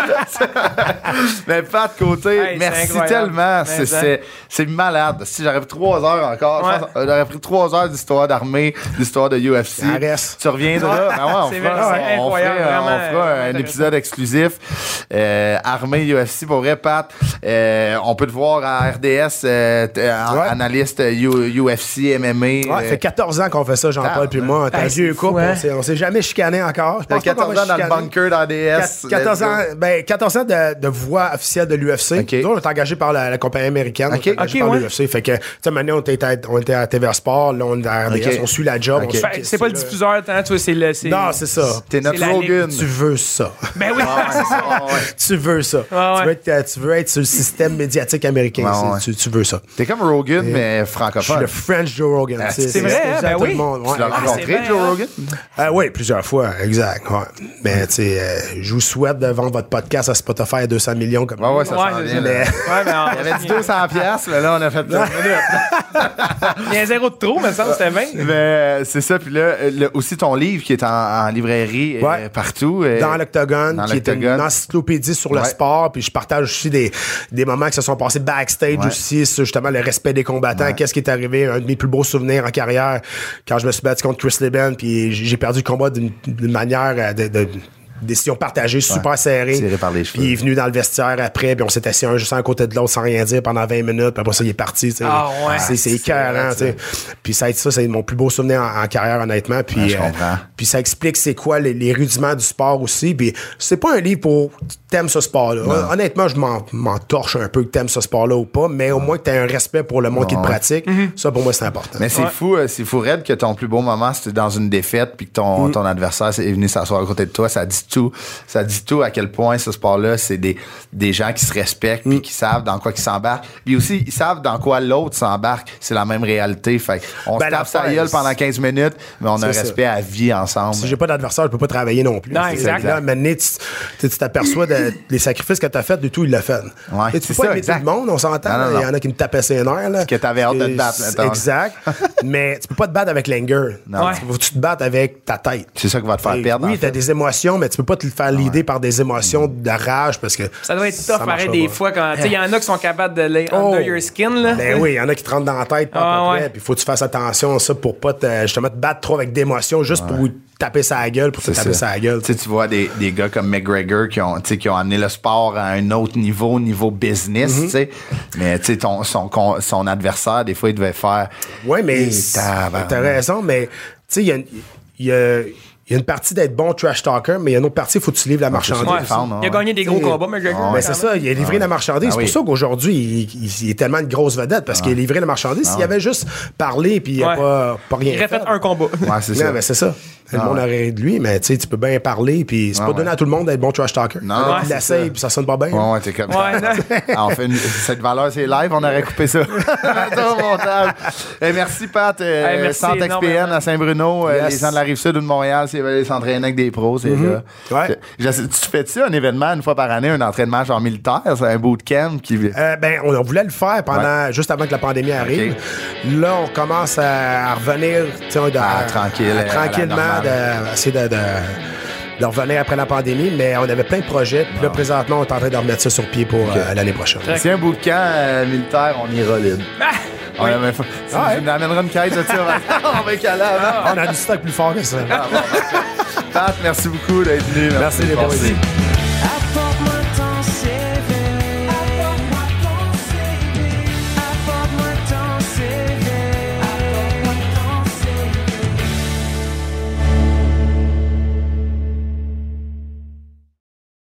Mais pas de côté. Hey, c'est merci incroyable. tellement. Mais C'est, ça. c'est, c'est malade. Si j'aurais pris trois heures encore, Ouais. je pense, euh, j'aurais pris trois heures d'histoire d'armée, d'histoire de U F C. Ça reste. Tu reviendras. Ouais. Ben ouais, on C'est fera, vrai, c'est on incroyable, fera, on vraiment, fera euh, un intéressant. épisode exclusif. Euh, armée U F C, pour vrai, Pat. Euh, on peut te voir à R D S, euh, t- en- Ouais. analyste U- UFC, M M A. Ouais, ça euh, fait quatorze ans qu'on fait ça, Jean-Paul Ah, puis moi. T'as hey, un vieux c'est fou, couple. hein? On s'est- On s'est jamais chicané encore. Je T'as pense pas qu'on quatorze va ans dans le chicaner. bunker d'R D S. quatorze ans, ben, quatorze ans de, de voix officielle de l'U F C. OK. Nous, on est engagé par la, la compagnie américaine. OK. On est engagé OK, par ouais. l'U F C. Fait que, tu sais, maintenant, on était, à, on était à T V R Sport, là, on est à R D S, OK. on suit la job. OK. on suit Fait, qu'est-ce c'est pas le que là. diffuseur, hein, tu vois, c'est le. c'est- Non, c'est ça. T'es notre C'est la Rogan. Tu veux ça. Ben oui, c'est ça. Ah, ouais. Tu veux ça. ouais. Tu, veux être, euh, tu veux être sur le système médiatique américain. Ouais, C'est- ouais. Tu, tu veux ça. T'es comme Rogan, mais Je suis francophone. le French Joe Rogan. Ah, C'est c'est vrai, hein? c'est Ben tout oui. le monde. Tu Ouais. l'as Ah, rencontré, c'est bien, Joe hein? Rogan? Ah oui, plusieurs fois, exact. Ouais. Mais tu sais, euh, je vous souhaite de vendre votre podcast à Spotify à deux cents millions comme Ouais, ouais, ça Ouais, s'en c'est vient. ça. là. Mais- Ouais, ben, Il y avait dit deux cents piastres, mais là, on a fait deux minutes. Il y a un zéro de trop, mais ça, c'était vingt. Mais euh, c'est ça. Puis là, euh, le- aussi ton livre qui est en, en librairie euh, Ouais. partout. euh, Dans l'Octogone, dans qui est une l'Octogone. encyclopédie sur le Ouais. sport. Puis je partage aussi des, des moments qui se sont passés backstage Ouais. aussi sur justement le respect des combattants. Ouais. Qu'est-ce qui est arrivé? Un de mes plus beaux souvenirs en carrière, quand je me suis battu contre Chris Lieben, puis j'ai perdu le combat d'une d'une manière euh, de... de décision partagée, super serrée. Tiré par les cheveux. Puis il est venu dans le vestiaire après, puis on s'est assis un juste à côté de l'autre sans rien dire pendant vingt minutes, puis après ça, il est parti. tu sais. Ah ouais. C'est, c'est C'est écœurant, vrai, tu sais. Puis ça a été ça, c'est mon plus beau souvenir en, en carrière, honnêtement. Puis, Ouais, je comprends. puis ça explique c'est quoi les, les rudiments du sport aussi. Puis c'est pas un livre pour t'aimes ce sport-là. Honnêtement, je m'en, m'en torche un peu que t'aimes ce sport-là ou pas, mais au moins que t'aies un respect pour le monde qui le Ouais. pratique. Ça, pour moi, c'est important. Mais c'est Ouais. fou, euh, c'est fou raide que ton plus beau moment, c'était dans une défaite, puis que ton, ton adversaire est venu s'asseoir à côté de toi. Ça dit dit tout. Ça dit tout à quel point ce sport-là, c'est des, des gens qui se respectent puis qui savent dans quoi ils s'embarquent. Puis aussi, ils savent dans quoi l'autre s'embarque. C'est la même réalité. Fait on ben, se tape sa gueule pendant quinze minutes, mais on a un respect à vie ensemble. Si j'ai pas d'adversaire, je peux pas travailler non plus. Non, exact. Là, maintenant, tu t'aperçois de, des sacrifices que tu as fait, du tout, il l'a fait. Ouais, tu peux pas aimer tout le monde, on s'entend. Il y en a qui me tapaient ses nerfs. Là. Que t'avais hâte de te battre. Attends. Exact. Mais tu peux pas te battre avec l'anger. Non. Ouais. Faut que tu te battes avec ta tête. C'est ça qui va te faire Et perdre. Oui, t'as des émotions, mais tu peux pas te le faire leader ouais. par des émotions de rage parce que. Ça doit être tough, pareil, des fois. quand Il y en a qui sont capables de lay under oh. your skin. Là. Ben oui, il y en a qui te rentrent dans la tête. Ah, ouais. Puis il faut que tu fasses attention à ça pour pas te, justement te battre trop avec d'émotions, juste ouais. pour taper sa gueule, pour te taper sa gueule. Tu vois des, des gars comme McGregor qui ont, qui ont amené le sport à un autre niveau, niveau business, mm-hmm. tu sais. Mais tu sais, son, son adversaire, des fois, il devait faire. Oui, mais t'as raison, mais tu sais, il y a. Y a Il y a une partie d'être bon trash talker, mais il y a une autre partie, il faut que tu livres la marchandise. Ouais, défendre, il a gagné des gros combats, McGregor. Mais c'est ça, il a livré ouais. la marchandise. Ah, c'est oui. pour ça qu'aujourd'hui, il, il, il est tellement une grosse vedette, parce ouais. qu'il a livré la marchandise. Ah, S'il avait juste parlé, puis il n'a ouais. pas, pas rien fait. Il aurait fait un combat. Ouais, c'est ça. Ben, c'est ça. Le ah, monde aurait ri de lui, mais tu sais, tu peux bien parler, puis c'est ah, pas ouais. donné à tout le monde d'être bon trash talker. Non, ouais, il l'essaye, puis ça sonne pas bien. Ouais, ouais, t'es comme ça. On fait une, cette valeur, c'est live, on aurait coupé ça. hey, merci, Pat. Euh, hey, merci, Centre X P N à Saint-Bruno. Yes. Euh, les gens de la Rive-Sud ou de Montréal, s'ils veulent s'entraîner avec des pros, c'est mm-hmm. là. Ouais. Je, je, tu fais-tu un événement une fois par année, un entraînement genre militaire? C'est un bootcamp qui. Euh, ben, on, on voulait le faire pendant, ouais. juste avant que la pandémie arrive. Okay. Là, on commence à, à revenir, tu sais, ah, tranquille, à, tranquillement, d'essayer de, de, de, de revenir après la pandémie, mais on avait plein de projets. Puis là, présentement, on est en train de remettre ça sur pied pour okay. euh, l'année prochaine. Si un bootcamp euh, militaire, on ira libre. Ah! On oui. Tu ah, ouais. amèneras une caisse de ça. On va caler avant. On a du stock plus fort que ça. Ah, bon, Pat, merci beaucoup d'être venu. Merci, les boys.